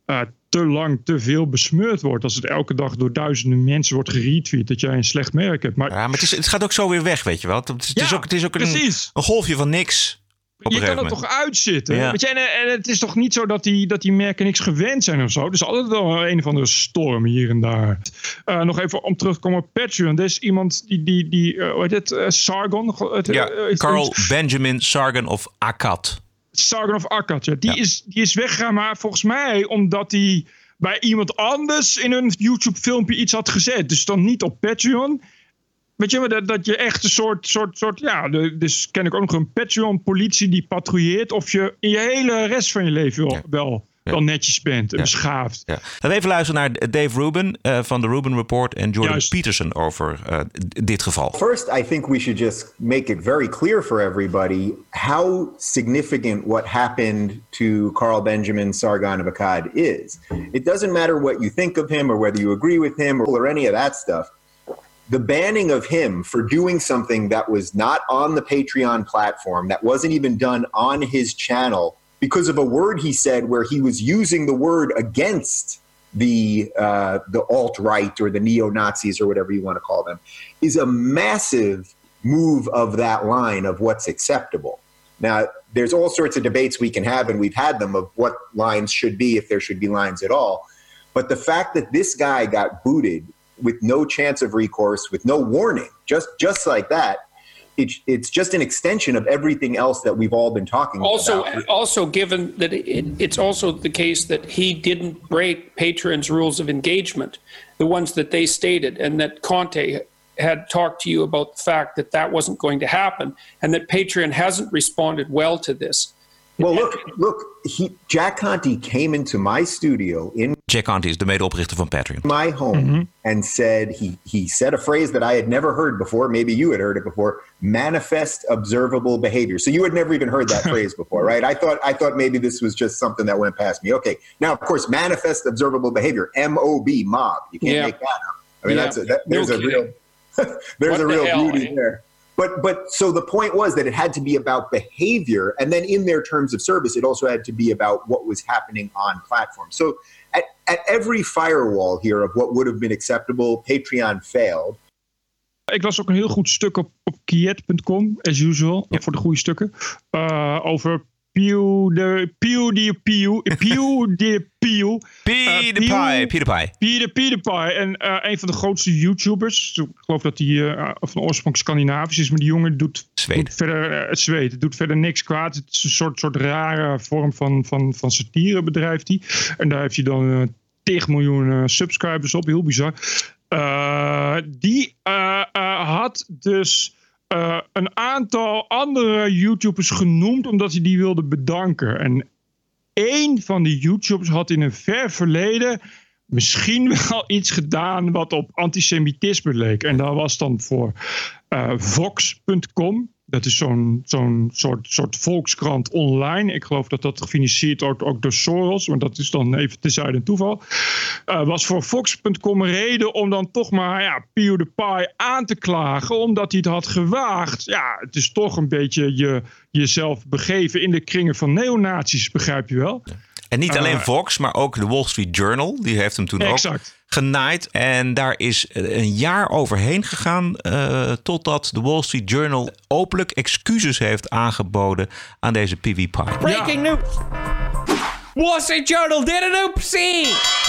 te lang, te veel besmeurd wordt. Als het elke dag door duizenden mensen wordt geretweet dat jij een slecht merk hebt. Maar het gaat ook zo weer weg, weet je wel. Het is ook een golfje van niks. Je kan er toch uitzitten. Ja. Weet je, en het is toch niet zo dat die merken niks gewend zijn of zo. Dus altijd wel een of andere storm hier en daar. Nog even om terug te komen op Patreon. Er is iemand die hoe heet het? Sargon? Carl Benjamin Sargon of Akkad. Sargon of Akkad, ja. Die is weggegaan, maar volgens mij omdat hij bij iemand anders in een YouTube-filmpje iets had gezet. Dus dan niet op Patreon. Weet je, maar dat je echt een soort ja, dus ken ik ook nog een Patreon-politie die patrouilleert of je in je hele rest van je leven wel netjes bent en beschaafd. Ja. Laten we even luisteren naar Dave Rubin van de Rubin Report en Jordan Peterson over dit geval. First, I think we should just make it very clear for everybody how significant what happened to Carl Benjamin Sargon of Akkad is. It doesn't matter what you think of him or whether you agree with him or any of that stuff. The banning of him for doing something that was not on the Patreon platform, that wasn't even done on his channel, because of a word he said where he was using the word against the alt-right or the neo-Nazis or whatever you want to call them, is a massive move of that line of what's acceptable. Now, there's all sorts of debates we can have, and we've had them, of what lines should be, if there should be lines at all. But the fact that this guy got booted with no chance of recourse, with no warning, just like that, it's just an extension of everything else that we've all been talking about. Also, given that it's also the case that he didn't break Patreon's rules of engagement, the ones that they stated, and that Conte had talked to you about the fact that that wasn't going to happen, and that Patreon hasn't responded well to this. Well, look. Jack Conte came into my studio Jack Conte is de medeoprichter van Patreon. My home, and said he said a phrase that I had never heard before. Maybe you had heard it before. Manifest observable behavior. So you had never even heard that phrase before, right? I thought maybe this was just something that went past me. Okay. Now, of course, manifest observable behavior. MOB, mob. You can't make that up. I mean, there's a real beauty there. But so the point was that it had to be about behavior, and then in their terms of service, it also had to be about what was happening on platforms. So at every firewall here of what would have been acceptable, Patreon failed. Ik las ook een heel goed stuk op Kiet.com, as usual, voor de goede stukken. Over PewDiePie. En een van de grootste YouTubers. Ik geloof dat hij van oorsprong Scandinavisch is. Maar die jongen doet verder niks kwaad. Het is een soort rare vorm van satire bedrijft hij. En daar heeft hij dan 10 miljoen subscribers op. Heel bizar. Die had dus een aantal andere YouTubers genoemd omdat hij die wilde bedanken. En één van die YouTubers had in een ver verleden misschien wel iets gedaan wat op antisemitisme leek. En dat was dan voor Vox.com. Dat is zo'n soort volkskrant online. Ik geloof dat dat gefinancierd wordt ook door Soros. Maar dat is dan even tezijde een toeval. Was voor Fox.com een reden om dan toch maar PewDiePie aan te klagen. Omdat hij het had gewaagd. Ja, het is toch een beetje jezelf begeven in de kringen van neonazies, begrijp je wel? En niet alleen Vox, maar ook de Wall Street Journal. Die heeft hem toen ook genaaid. En daar is een jaar overheen gegaan totdat de Wall Street Journal openlijk excuses heeft aangeboden aan deze PewDiePie. Breaking news! Wall Street Journal did an oopsie!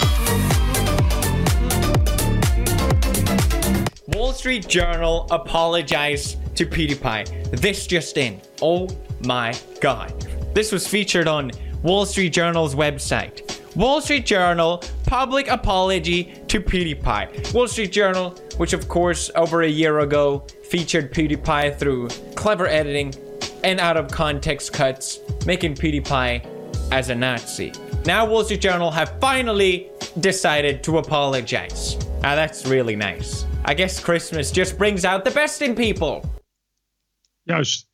Wall Street Journal apologized to PewDiePie. This just in. Oh my god. This was featured on Wall Street Journal's website. Wall Street Journal, public apology to PewDiePie. Wall Street Journal, which of course over a year ago featured PewDiePie through clever editing and out of context cuts, making PewDiePie as a Nazi. Now Wall Street Journal have finally decided to apologize. Now that's really nice. I guess Christmas just brings out the best in people. Juist.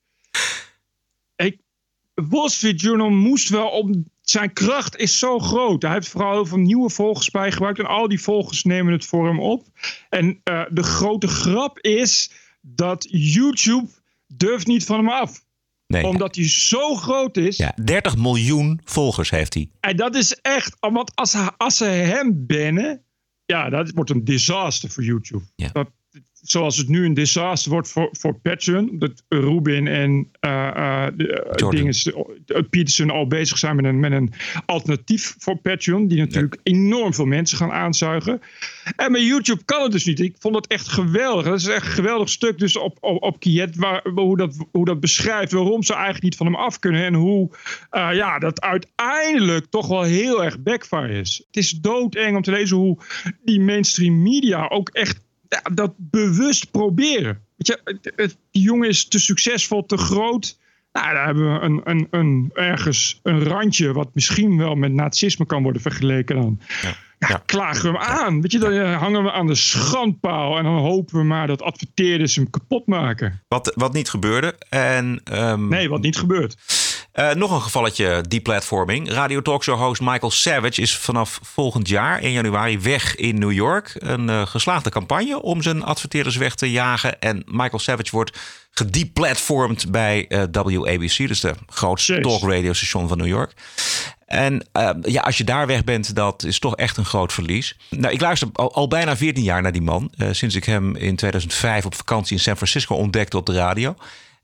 Wall Street Journal moest wel om... Zijn kracht is zo groot. Hij heeft vooral heel veel nieuwe volgers bijgebruikt. En al die volgers nemen het voor hem op. En de grote grap is dat YouTube durft niet van hem af. Nee. Omdat hij zo groot is. Ja, 30 miljoen volgers heeft hij. En dat is echt... Want als ze hem bannen... Ja, dat wordt een disaster voor YouTube. Ja. Zoals het nu een disaster wordt voor Patreon. Dat Rubin en Peterson al bezig zijn met een alternatief voor Patreon. Die natuurlijk enorm veel mensen gaan aanzuigen. En met YouTube kan het dus niet. Ik vond het echt geweldig. Dat is echt een geweldig stuk dus op Kiet. Hoe dat beschrijft waarom ze eigenlijk niet van hem af kunnen. En hoe dat uiteindelijk toch wel heel erg backfire is. Het is doodeng om te lezen hoe die mainstream media ook echt dat bewust proberen. Weet je, die jongen is te succesvol, te groot. Nou, daar hebben we ergens een randje wat misschien wel met nazisme kan worden vergeleken dan. Klagen we hem aan. Weet je, dan hangen we aan de schandpaal en dan hopen we maar dat adverteerders hem kapot maken. Wat niet gebeurde. Nee, wat niet gebeurt. Nog een gevalletje deplatforming. Radio Talkshow host Michael Savage is vanaf volgend jaar 1 januari weg in New York. Een geslaagde campagne om zijn adverteerders weg te jagen. En Michael Savage wordt gedeplatformd bij WABC. Dus de grootste talkradiostation van New York. En als je daar weg bent, dat is toch echt een groot verlies. Nou, ik luister al bijna 14 jaar naar die man. Sinds ik hem in 2005 op vakantie in San Francisco ontdekte op de radio.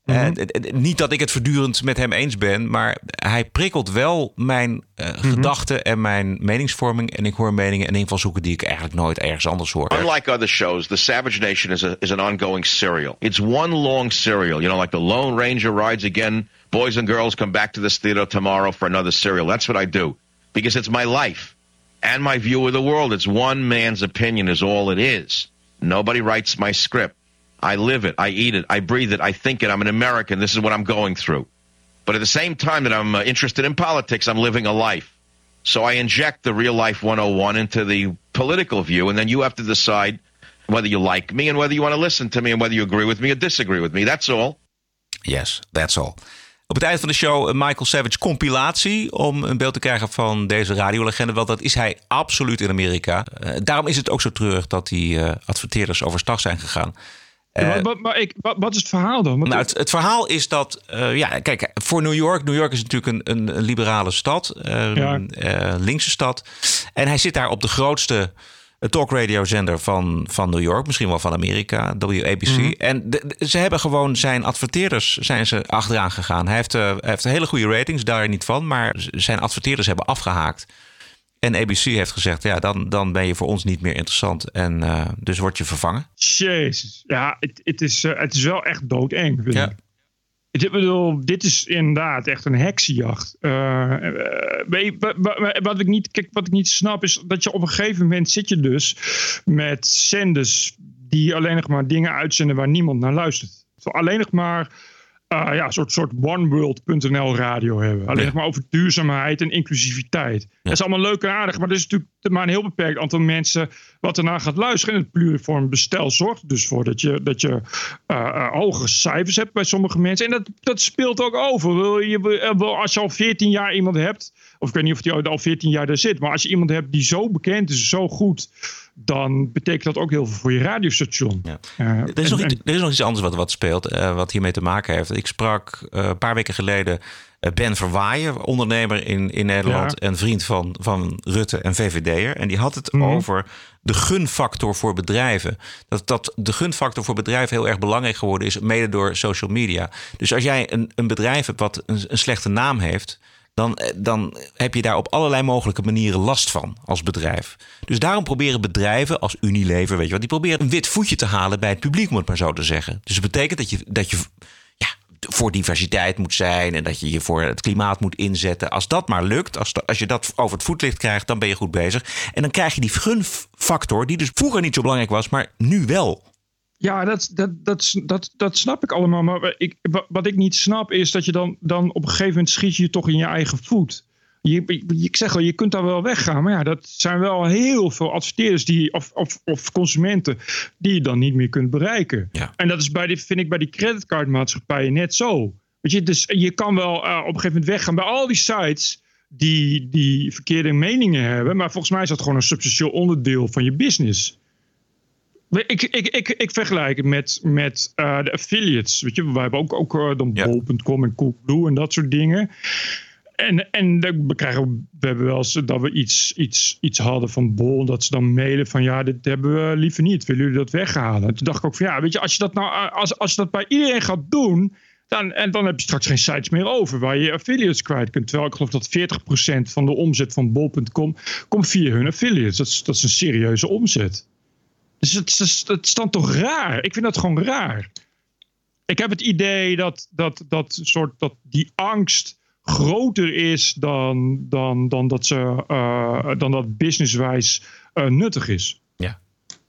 Niet dat ik het voortdurend met hem eens ben, maar hij prikkelt wel mijn gedachten en mijn meningsvorming. En ik hoor meningen en invalshoeken die ik eigenlijk nooit ergens anders hoor. Unlike other shows, the Savage Nation is an ongoing serial. It's one long serial. You know, like the Lone Ranger rides again. Boys and girls come back to this theater tomorrow for another serial. That's what I do. Because it's my life and my view of the world. It's one man's opinion is all it is. Nobody writes my script. I live it, I eat it, I breathe it, I think it. I'm an American. This is what I'm going through. But at the same time that I'm interested in politics, I'm living a life. So I inject the real life 101 into the political view, and then you have to decide whether you like me and whether you want to listen to me and whether you agree with me or disagree with me. That's all. Yes, that's all. Op het eind van de show een Michael Savage compilatie om een beeld te krijgen van deze radiolegende. Wel, dat is hij absoluut in Amerika. Daarom is het ook zo treurig dat die adverteerders overstag zijn gegaan. Wat is het verhaal dan? Nou, het verhaal is dat, kijk, voor New York is natuurlijk een liberale stad, linkse stad. En hij zit daar op de grootste talkradiozender van New York, misschien wel van Amerika, WABC. Mm-hmm. En ze hebben gewoon zijn adverteerders zijn ze achteraan gegaan. Hij heeft hele goede ratings, daar niet van, maar zijn adverteerders hebben afgehaakt. En ABC heeft gezegd, ja, dan ben je voor ons niet meer interessant. En dus word je vervangen. Jezus. Ja, het is wel echt doodeng, vind ik. Ik bedoel, dit is inderdaad echt een heksenjacht. Wat ik niet snap is dat je op een gegeven moment zit je dus met zenders die alleen nog maar dingen uitzenden waar niemand naar luistert. Alleen nog maar een soort oneworld.nl radio hebben. Alleen nog maar over duurzaamheid en inclusiviteit. Ja. Dat is allemaal leuk en aardig, maar er is natuurlijk maar een heel beperkt aantal mensen wat ernaar gaat luisteren. En het pluriform bestel zorgt dus voor dat je hogere cijfers hebt bij sommige mensen. En dat speelt ook over. Als je al 14 jaar iemand hebt, of ik weet niet of die al 14 jaar daar zit, maar als je iemand hebt die zo bekend is, zo goed, dan betekent dat ook heel veel voor je radiostation. Ja. Er is nog iets anders wat speelt, wat hiermee te maken heeft. Ik sprak een paar weken geleden Ben Verwaaien, ondernemer in Nederland, en vriend van Rutte en VVD'er. En die had het over de gunfactor voor bedrijven. Dat de gunfactor voor bedrijven heel erg belangrijk geworden is, mede door social media. Dus als jij een bedrijf hebt wat een slechte naam heeft, dan heb je daar op allerlei mogelijke manieren last van als bedrijf. Dus daarom proberen bedrijven als Unilever, weet je wat, die proberen een wit voetje te halen bij het publiek, om het maar zo te zeggen. Dus het betekent dat je voor diversiteit moet zijn en dat je je voor het klimaat moet inzetten. Als dat maar lukt, als je dat over het voetlicht krijgt, dan ben je goed bezig. En dan krijg je die gunfactor, die dus vroeger niet zo belangrijk was, maar nu wel. Ja, dat snap ik allemaal. Maar wat ik niet snap is dat je dan op een gegeven moment schiet je toch in je eigen voet. Ik zeg al, je kunt daar wel weggaan. Maar ja, dat zijn wel heel veel adverteerders of consumenten die je dan niet meer kunt bereiken. Ja. En dat is vind ik bij die creditcardmaatschappijen net zo. Weet je, dus je kan wel op een gegeven moment weggaan bij al die sites die verkeerde meningen hebben. Maar volgens mij is dat gewoon een substantieel onderdeel van je business. Ik vergelijk het met de affiliates. Weet je, wij hebben ook dan bol.com en Coolblue en dat soort dingen. En we hebben wel eens dat we iets hadden van Bol, dat ze dan mailen van ja, dit hebben we liever niet. Willen jullie dat weghalen? En toen dacht ik ook van ja, weet je, als je dat bij iedereen gaat doen, dan heb je straks geen sites meer over waar je affiliates kwijt kunt. Terwijl ik geloof dat 40% van de omzet van Bol.com komt via hun affiliates. Dat is een serieuze omzet. Dus het is dan toch raar? Ik vind dat gewoon raar. Ik heb het idee dat die angst groter is dan dat businesswijs nuttig is. Ja.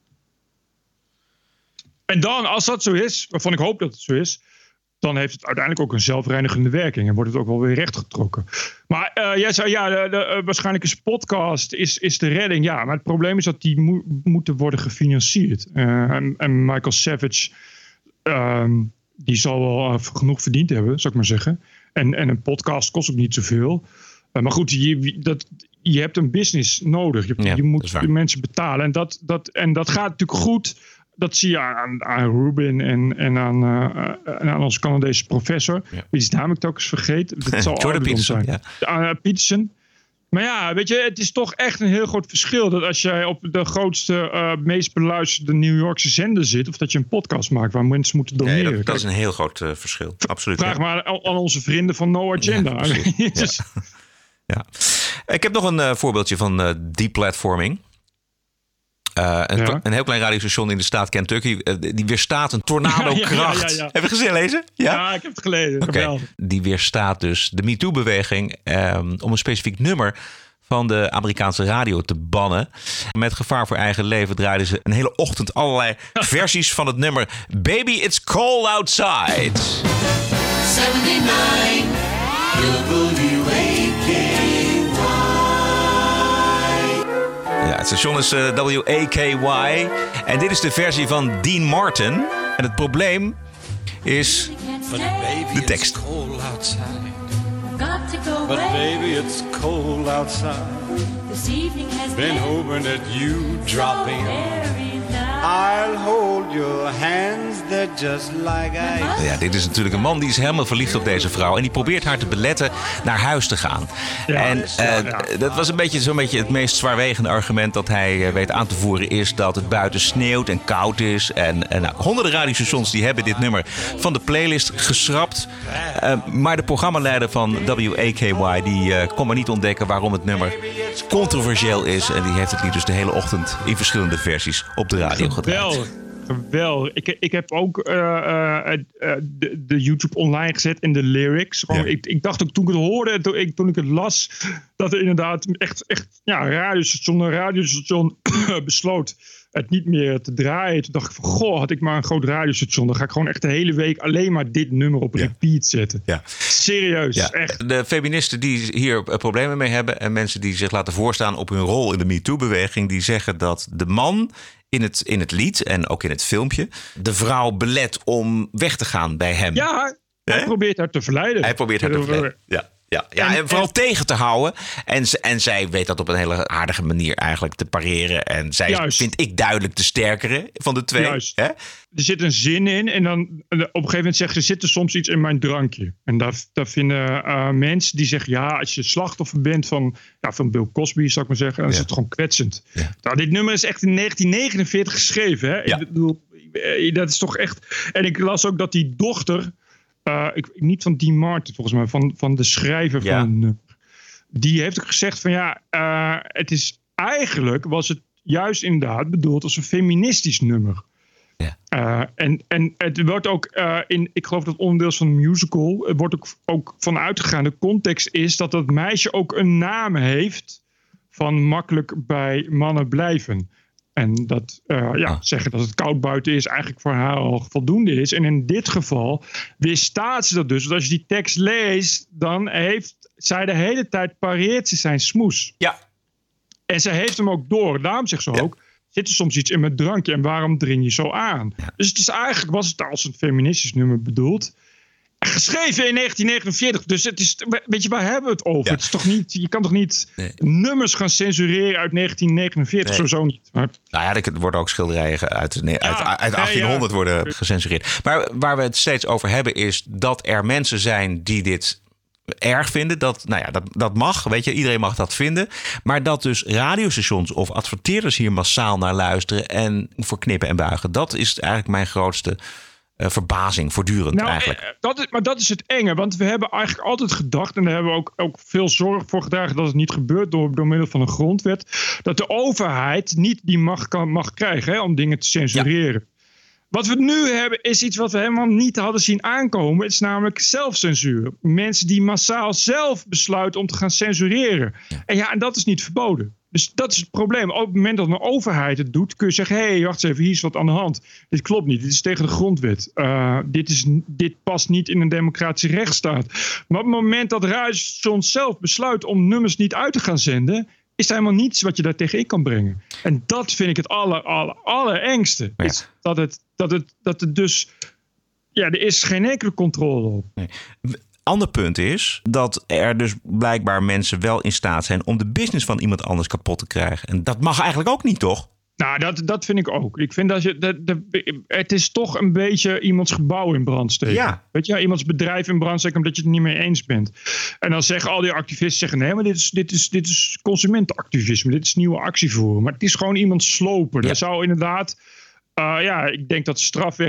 En dan, als dat zo is, waarvan ik hoop dat het zo is, dan heeft het uiteindelijk ook een zelfreinigende werking en wordt het ook wel weer rechtgetrokken. Maar jij zei, waarschijnlijk is podcast is de redding. Ja, maar het probleem is dat die moeten worden gefinancierd. En Michael Savage, die zal wel genoeg verdiend hebben, zou ik maar zeggen. En een podcast kost ook niet zoveel. Maar goed, je hebt een business nodig. Je moet de mensen betalen. En dat gaat natuurlijk goed. Dat zie je aan Rubin en aan onze Canadese professor. Ja. Wie is namelijk ook eens vergeten? Dat zal Jordan Peterson zijn. Ja. Peterson. Maar ja, weet je, het is toch echt een heel groot verschil dat als jij op de grootste, meest beluisterde New Yorkse zender zit, of dat je een podcast maakt waar mensen moeten doneren. Nee, dat is een heel groot verschil. Absoluut. Vraag maar aan onze vrienden van No Agenda. Ja, Ik heb nog een voorbeeldje van deplatforming. Een heel klein radiostation in de staat Kentucky. Die weerstaat een tornado-kracht. Ja. Heb je gezien, lezen? Ja, ik heb het gelezen. Okay. Die weerstaat dus de MeToo-beweging om een specifiek nummer van de Amerikaanse radio te bannen. Met gevaar voor eigen leven draaiden ze een hele ochtend allerlei versies van het nummer Baby It's Cold Outside. 79 Ja, het station is WAKY. En dit is de versie van Dean Martin. En het probleem is de tekst. But baby, it's cold outside. Been hoping that you drop in. I'll hold your hands, they're just like ice. Ja, dit is natuurlijk een man die is helemaal verliefd op deze vrouw. En die probeert haar te beletten naar huis te gaan. Ja, dat was zo'n beetje het meest zwaarwegende argument dat hij weet aan te voeren. Is dat het buiten sneeuwt en koud is. En honderden radiostations die hebben dit nummer van de playlist geschrapt. Maar de programmaleider van WAKY die kon maar niet ontdekken waarom het nummer controversieel is. En die heeft het lied dus de hele ochtend in verschillende versies op de radio gedraaid. Geweldig. Ik heb ook de YouTube online gezet en de lyrics. Gewoon, ik dacht ook toen ik het hoorde, toen ik het las, dat er inderdaad echt radiostation besloot het niet meer te draaien. Toen dacht ik van, goh, had ik maar een groot radiostation. Dan ga ik gewoon echt de hele week alleen maar dit nummer op repeat zetten. Ja. Serieus, echt. De feministen die hier problemen mee hebben en mensen die zich laten voorstaan op hun rol in de MeToo-beweging, die zeggen dat de man in het lied en ook in het filmpje de vrouw belet om weg te gaan bij hem. Ja, hij probeert haar te verleiden. Ja, en vooral tegen te houden. En zij weet dat op een hele aardige manier eigenlijk te pareren. En zij is, vind ik, duidelijk de sterkere van de twee. Juist. Hè? Er zit een zin in. En dan op een gegeven moment zegt ze, er zit er soms iets in mijn drankje. En daar vinden mensen die zeggen, ja, als je slachtoffer bent van Bill Cosby, zou ik maar zeggen, dan is het gewoon kwetsend. Ja. Nou, dit nummer is echt in 1949 geschreven. Hè? Ja. Ik bedoel, dat is toch echt. En ik las ook dat die dochter, niet van Dean Martin volgens mij, van de schrijver van die heeft ook gezegd van het is eigenlijk, was het juist inderdaad bedoeld als een feministisch nummer. Ja. En het wordt ook ik geloof dat onderdeel is van een musical, het wordt ook van uitgegaan. De context is dat dat meisje ook een naam heeft van makkelijk bij mannen blijven. En dat zeggen dat het koud buiten is eigenlijk voor haar al voldoende is. En in dit geval weerstaat ze dat dus. Want als je die tekst leest, dan heeft zij de hele tijd pareert ze zijn smoes. Ja. En ze heeft hem ook door. Daarom zegt ze ook, zit er soms iets in mijn drankje en waarom dring je zo aan? Ja. Dus het is eigenlijk, was het als een feministisch nummer bedoeld. Geschreven in 1949, dus het is, weet je, waar hebben we het over? Ja. Het is toch niet, je kan toch niet nummers gaan censureren uit 1949, sowieso niet. Maar, nou ja, er worden ook schilderijen uit 1800 worden gecensureerd. Maar waar we het steeds over hebben is dat er mensen zijn die dit erg vinden. Dat mag, weet je, iedereen mag dat vinden. Maar dat dus radiostations of adverteerders hier massaal naar luisteren en voor knippen en buigen, dat is eigenlijk mijn grootste verbazing voortdurend eigenlijk. Maar dat is het enge. Want we hebben eigenlijk altijd gedacht, en daar hebben we ook veel zorg voor gedragen dat het niet gebeurt door middel van een grondwet, dat de overheid niet die macht mag krijgen om dingen te censureren. Ja. Wat we nu hebben is iets wat we helemaal niet hadden zien aankomen. Het is namelijk zelfcensuur. Mensen die massaal zelf besluiten om te gaan censureren. En dat is niet verboden. Dus dat is het probleem. Op het moment dat een overheid het doet, kun je zeggen, hé, wacht eens even, hier is wat aan de hand. Dit klopt niet, dit is tegen de grondwet. Dit past niet in een democratische rechtsstaat. Maar op het moment dat radiostations zelf besluiten om nummers niet uit te gaan zenden, is er helemaal niets wat je daar tegenin kan brengen. En dat vind ik het allerengste. Ja. Is dat het dus, er is geen enkele controle op. Nee. Ander punt is dat er dus blijkbaar mensen wel in staat zijn om de business van iemand anders kapot te krijgen. En dat mag eigenlijk ook niet, toch? Nou, dat vind ik ook. Ik vind dat het is toch een beetje iemands gebouw in brand steken. Ja. Weet je, iemands bedrijf in brand steken omdat je het niet mee eens bent. En dan zeggen al die activisten, nee, maar dit is consumentenactivisme. Dit is nieuwe actie voeren. Maar het is gewoon iemand slopen. Dat zou inderdaad, ik denk dat de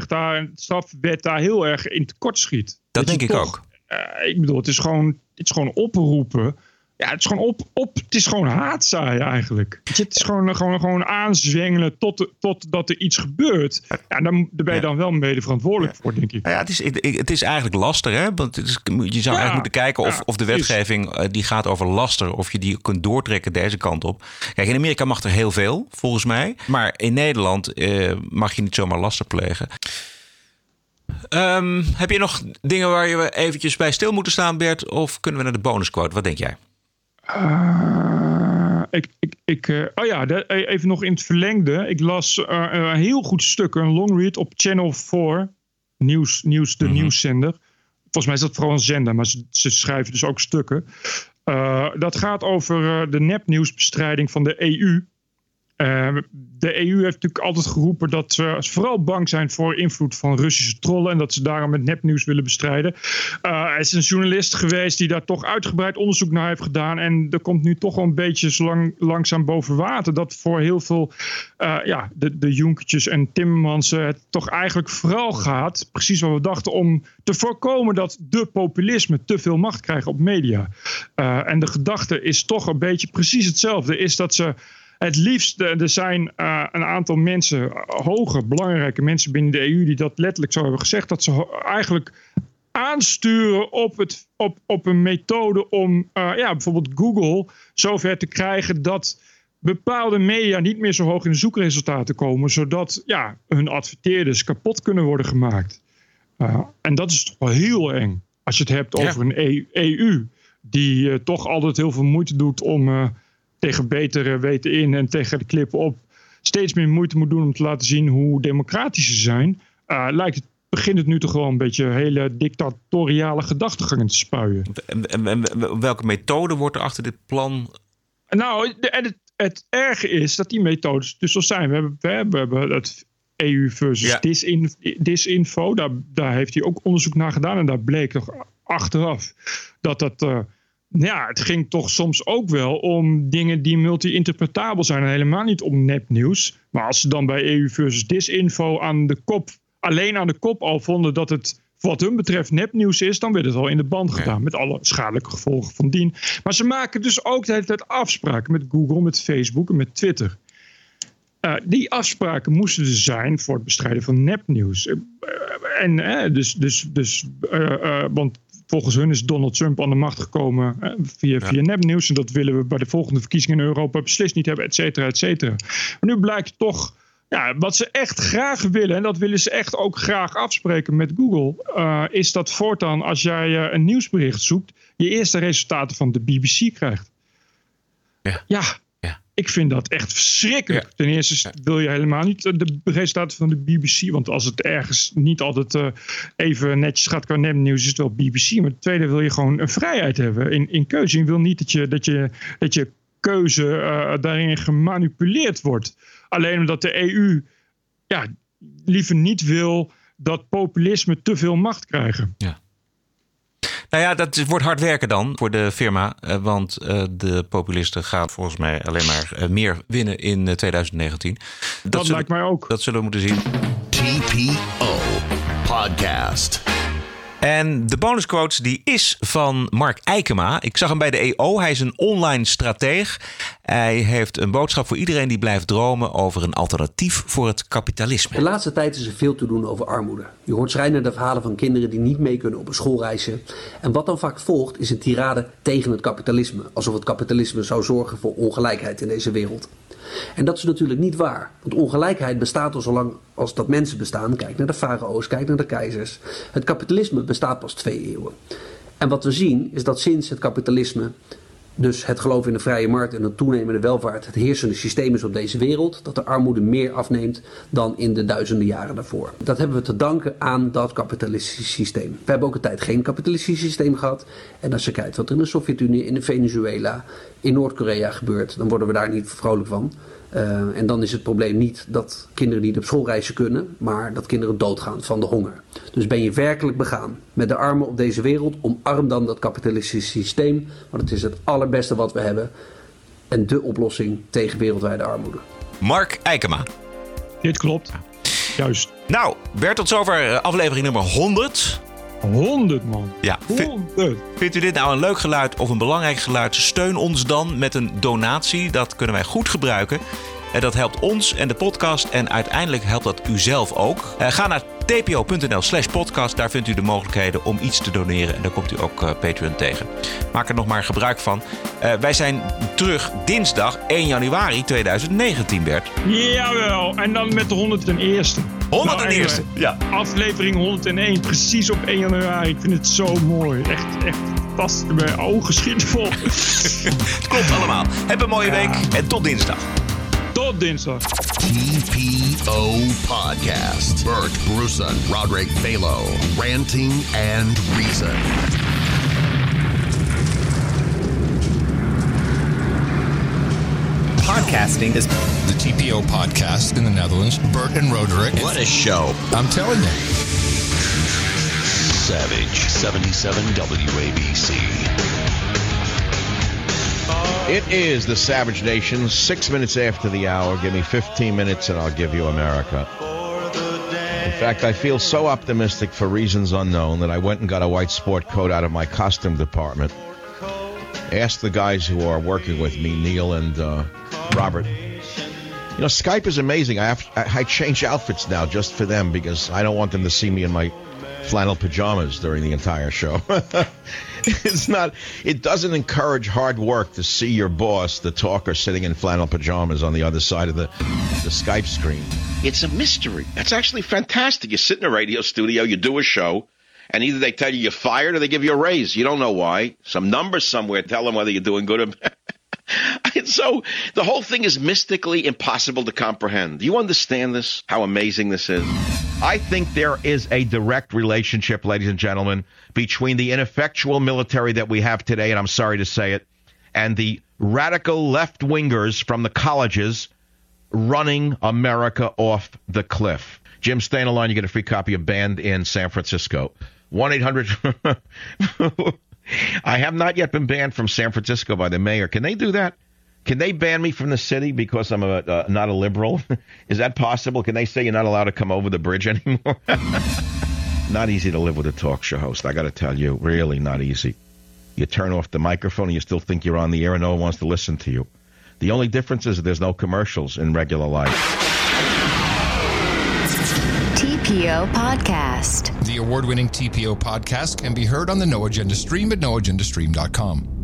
strafwet daar heel erg in tekort schiet. Dat denk ik ook. Ik bedoel, het is gewoon oproepen. Ja, het is gewoon het is gewoon haatzaaien eigenlijk. Het is gewoon aanzwengelen totdat er iets gebeurt. Ja, daar ben je dan wel mede verantwoordelijk voor, denk ik. Ja, het is eigenlijk laster, hè? Want je zou eigenlijk moeten kijken of de wetgeving die gaat over laster, of je die kunt doortrekken deze kant op. Kijk, in Amerika mag er heel veel, volgens mij. Maar in Nederland mag je niet zomaar laster plegen. Heb je nog dingen waar je eventjes bij stil moeten staan, Bert? Of kunnen we naar de bonusquote? Wat denk jij? Even nog in het verlengde. Ik las een heel goed stuk, een long read op Channel 4. Nieuws, de nieuwszender. Volgens mij is dat vooral een zender, maar ze schrijven dus ook stukken. Dat gaat over de nepnieuwsbestrijding van de EU. De EU heeft natuurlijk altijd geroepen dat ze vooral bang zijn voor invloed van Russische trollen en dat ze daarom het nepnieuws willen bestrijden. Er is een journalist geweest die daar toch uitgebreid onderzoek naar heeft gedaan en er komt nu toch wel een beetje langzaam boven water dat voor heel veel de Jonkertjes en Timmermansen het toch eigenlijk vooral gaat, precies wat we dachten, om te voorkomen dat de populisme te veel macht krijgt op media. En de gedachte is toch een beetje precies hetzelfde, is dat ze het liefst, er zijn een aantal mensen, hoge, belangrijke mensen binnen de EU die dat letterlijk zo hebben gezegd, dat ze eigenlijk aansturen op een methode om bijvoorbeeld Google zover te krijgen dat bepaalde media niet meer zo hoog in de zoekresultaten komen, zodat hun adverteerders kapot kunnen worden gemaakt. En dat is toch wel heel eng. Als je het hebt over een EU die toch altijd heel veel moeite doet om tegen betere weten in en tegen de klippen op steeds meer moeite moet doen om te laten zien hoe democratisch ze zijn, begint het nu toch wel een beetje hele dictatoriale gedachtegangen te spuien. En welke methode wordt er achter dit plan? Nou, het erge is dat die methodes dus al zijn. We hebben het EU versus disinfo. Daar heeft hij ook onderzoek naar gedaan. En daar bleek toch achteraf dat het ging toch soms ook wel om dingen die multi-interpretabel zijn. En helemaal niet om nepnieuws. Maar als ze dan bij EU versus disinfo alleen aan de kop al vonden dat het wat hun betreft nepnieuws is, dan werd het al in de band gedaan. Met alle schadelijke gevolgen van dien. Maar ze maken dus ook de hele tijd afspraken met Google, met Facebook en met Twitter. Die afspraken moesten er zijn voor het bestrijden van nepnieuws. Want volgens hun is Donald Trump aan de macht gekomen via nepnieuws. En dat willen we bij de volgende verkiezingen in Europa beslist niet hebben, et cetera, et cetera. Maar nu blijkt toch wat ze echt graag willen, en dat willen ze echt ook graag afspreken met Google, is dat voortaan als jij een nieuwsbericht zoekt, je eerste resultaten van de BBC krijgt. Ja. Ik vind dat echt verschrikkelijk. Ten eerste wil je helemaal niet de resultaten van de BBC. Want als het ergens niet altijd even netjes gaat qua nepnieuws, is het wel BBC. Maar ten tweede wil je gewoon een vrijheid hebben in keuze. Je wil niet dat je keuze daarin gemanipuleerd wordt. Alleen omdat de EU liever niet wil dat populisme te veel macht krijgen. Ja. Nou ja, dat wordt hard werken dan voor de firma. Want de populisten gaan volgens mij alleen maar meer winnen in 2019. Dat lijkt mij ook. Dat zullen we moeten zien. TPO Podcast. En de bonusquote die is van Mark Eikema. Ik zag hem bij de EO. Hij is een online strateeg. Hij heeft een boodschap voor iedereen die blijft dromen over een alternatief voor het kapitalisme. De laatste tijd is er veel te doen over armoede. Je hoort schrijnende verhalen van kinderen die niet mee kunnen op een schoolreisje. En wat dan vaak volgt is een tirade tegen het kapitalisme. Alsof het kapitalisme zou zorgen voor ongelijkheid in deze wereld. En dat is natuurlijk niet waar. Want ongelijkheid bestaat al zolang als dat mensen bestaan. Kijk naar de farao's, kijk naar de keizers. Het kapitalisme bestaat pas 2 eeuwen. En wat we zien is dat sinds het kapitalisme, dus het geloof in de vrije markt en een toenemende welvaart, het heersende systeem is op deze wereld, dat de armoede meer afneemt dan in de duizenden jaren daarvoor. Dat hebben we te danken aan dat kapitalistische systeem. We hebben ook een tijd geen kapitalistisch systeem gehad. En als je kijkt wat er in de Sovjet-Unie, in Venezuela, in Noord-Korea gebeurt, dan worden we daar niet vrolijk van. En dan is het probleem niet dat kinderen niet op schoolreizen kunnen, maar dat kinderen doodgaan van de honger. Dus ben je werkelijk begaan met de armen op deze wereld, omarm dan dat kapitalistische systeem, want het is het allerbeste wat we hebben en de oplossing tegen wereldwijde armoede. Mark Eikema. Dit klopt. Juist. Nou, Bert, tot zover aflevering nummer 100. 100, man. Ja. 100. Vindt u dit nou een leuk geluid of een belangrijk geluid? Steun ons dan met een donatie. Dat kunnen wij goed gebruiken. En dat helpt ons en de podcast. En uiteindelijk helpt dat u zelf ook. Ga naar tpo.nl/podcast. Daar vindt u de mogelijkheden om iets te doneren. En daar komt u ook Patreon tegen. Maak er nog maar gebruik van. Wij zijn terug dinsdag 1 januari 2019, Bert. Jawel. En dan met de 101ste. 101ste, ja. Aflevering 101, precies op 1 januari. Ik vind het zo mooi. Echt fantastisch. Mijn ogen schieten vol. Het klopt allemaal. Heb een mooie week en tot dinsdag. Tot dinsdag. TPO Podcast. Bert Brussen, Roderick Balo. Ranting and Reason. Podcasting is the TPO podcast in the Netherlands. Bert and Roderick. What a show. I'm telling you. Savage 77 WABC. It is the Savage Nation, 6 minutes after the hour. Give me 15 minutes and I'll give you America. In fact, I feel so optimistic for reasons unknown that I went and got a white sport coat out of my costume department. Asked the guys who are working with me, Neil and Robert. You know, Skype is amazing. I change outfits now just for them because I don't want them to see me in my flannel pajamas during the entire show. It doesn't encourage hard work to see your boss, the talker, sitting in flannel pajamas on the other side of the Skype screen. It's a mystery. That's actually fantastic. You sit in a radio studio, you do a show, and either they tell you you're fired or they give you a raise. You don't know why. Some numbers somewhere tell them whether you're doing good or bad. So the whole thing is mystically impossible to comprehend. Do you understand this? How amazing this is? I think there is a direct relationship, ladies and gentlemen, between the ineffectual military that we have today, and I'm sorry to say it, and the radical left-wingers from the colleges running America off the cliff. Jim, stay on the line. You get a free copy of Banned in San Francisco. 1-800... I have not yet been banned from San Francisco by the mayor. Can they do that? Can they ban me from the city because I'm not a liberal? Is that possible? Can they say you're not allowed to come over the bridge anymore? Not easy to live with a talk show host, I got to tell you. Really not easy. You turn off the microphone and you still think you're on the air and no one wants to listen to you. The only difference is that there's no commercials in regular life. TPO Podcast. The award-winning TPO podcast can be heard on the No Agenda stream at noagendastream.com.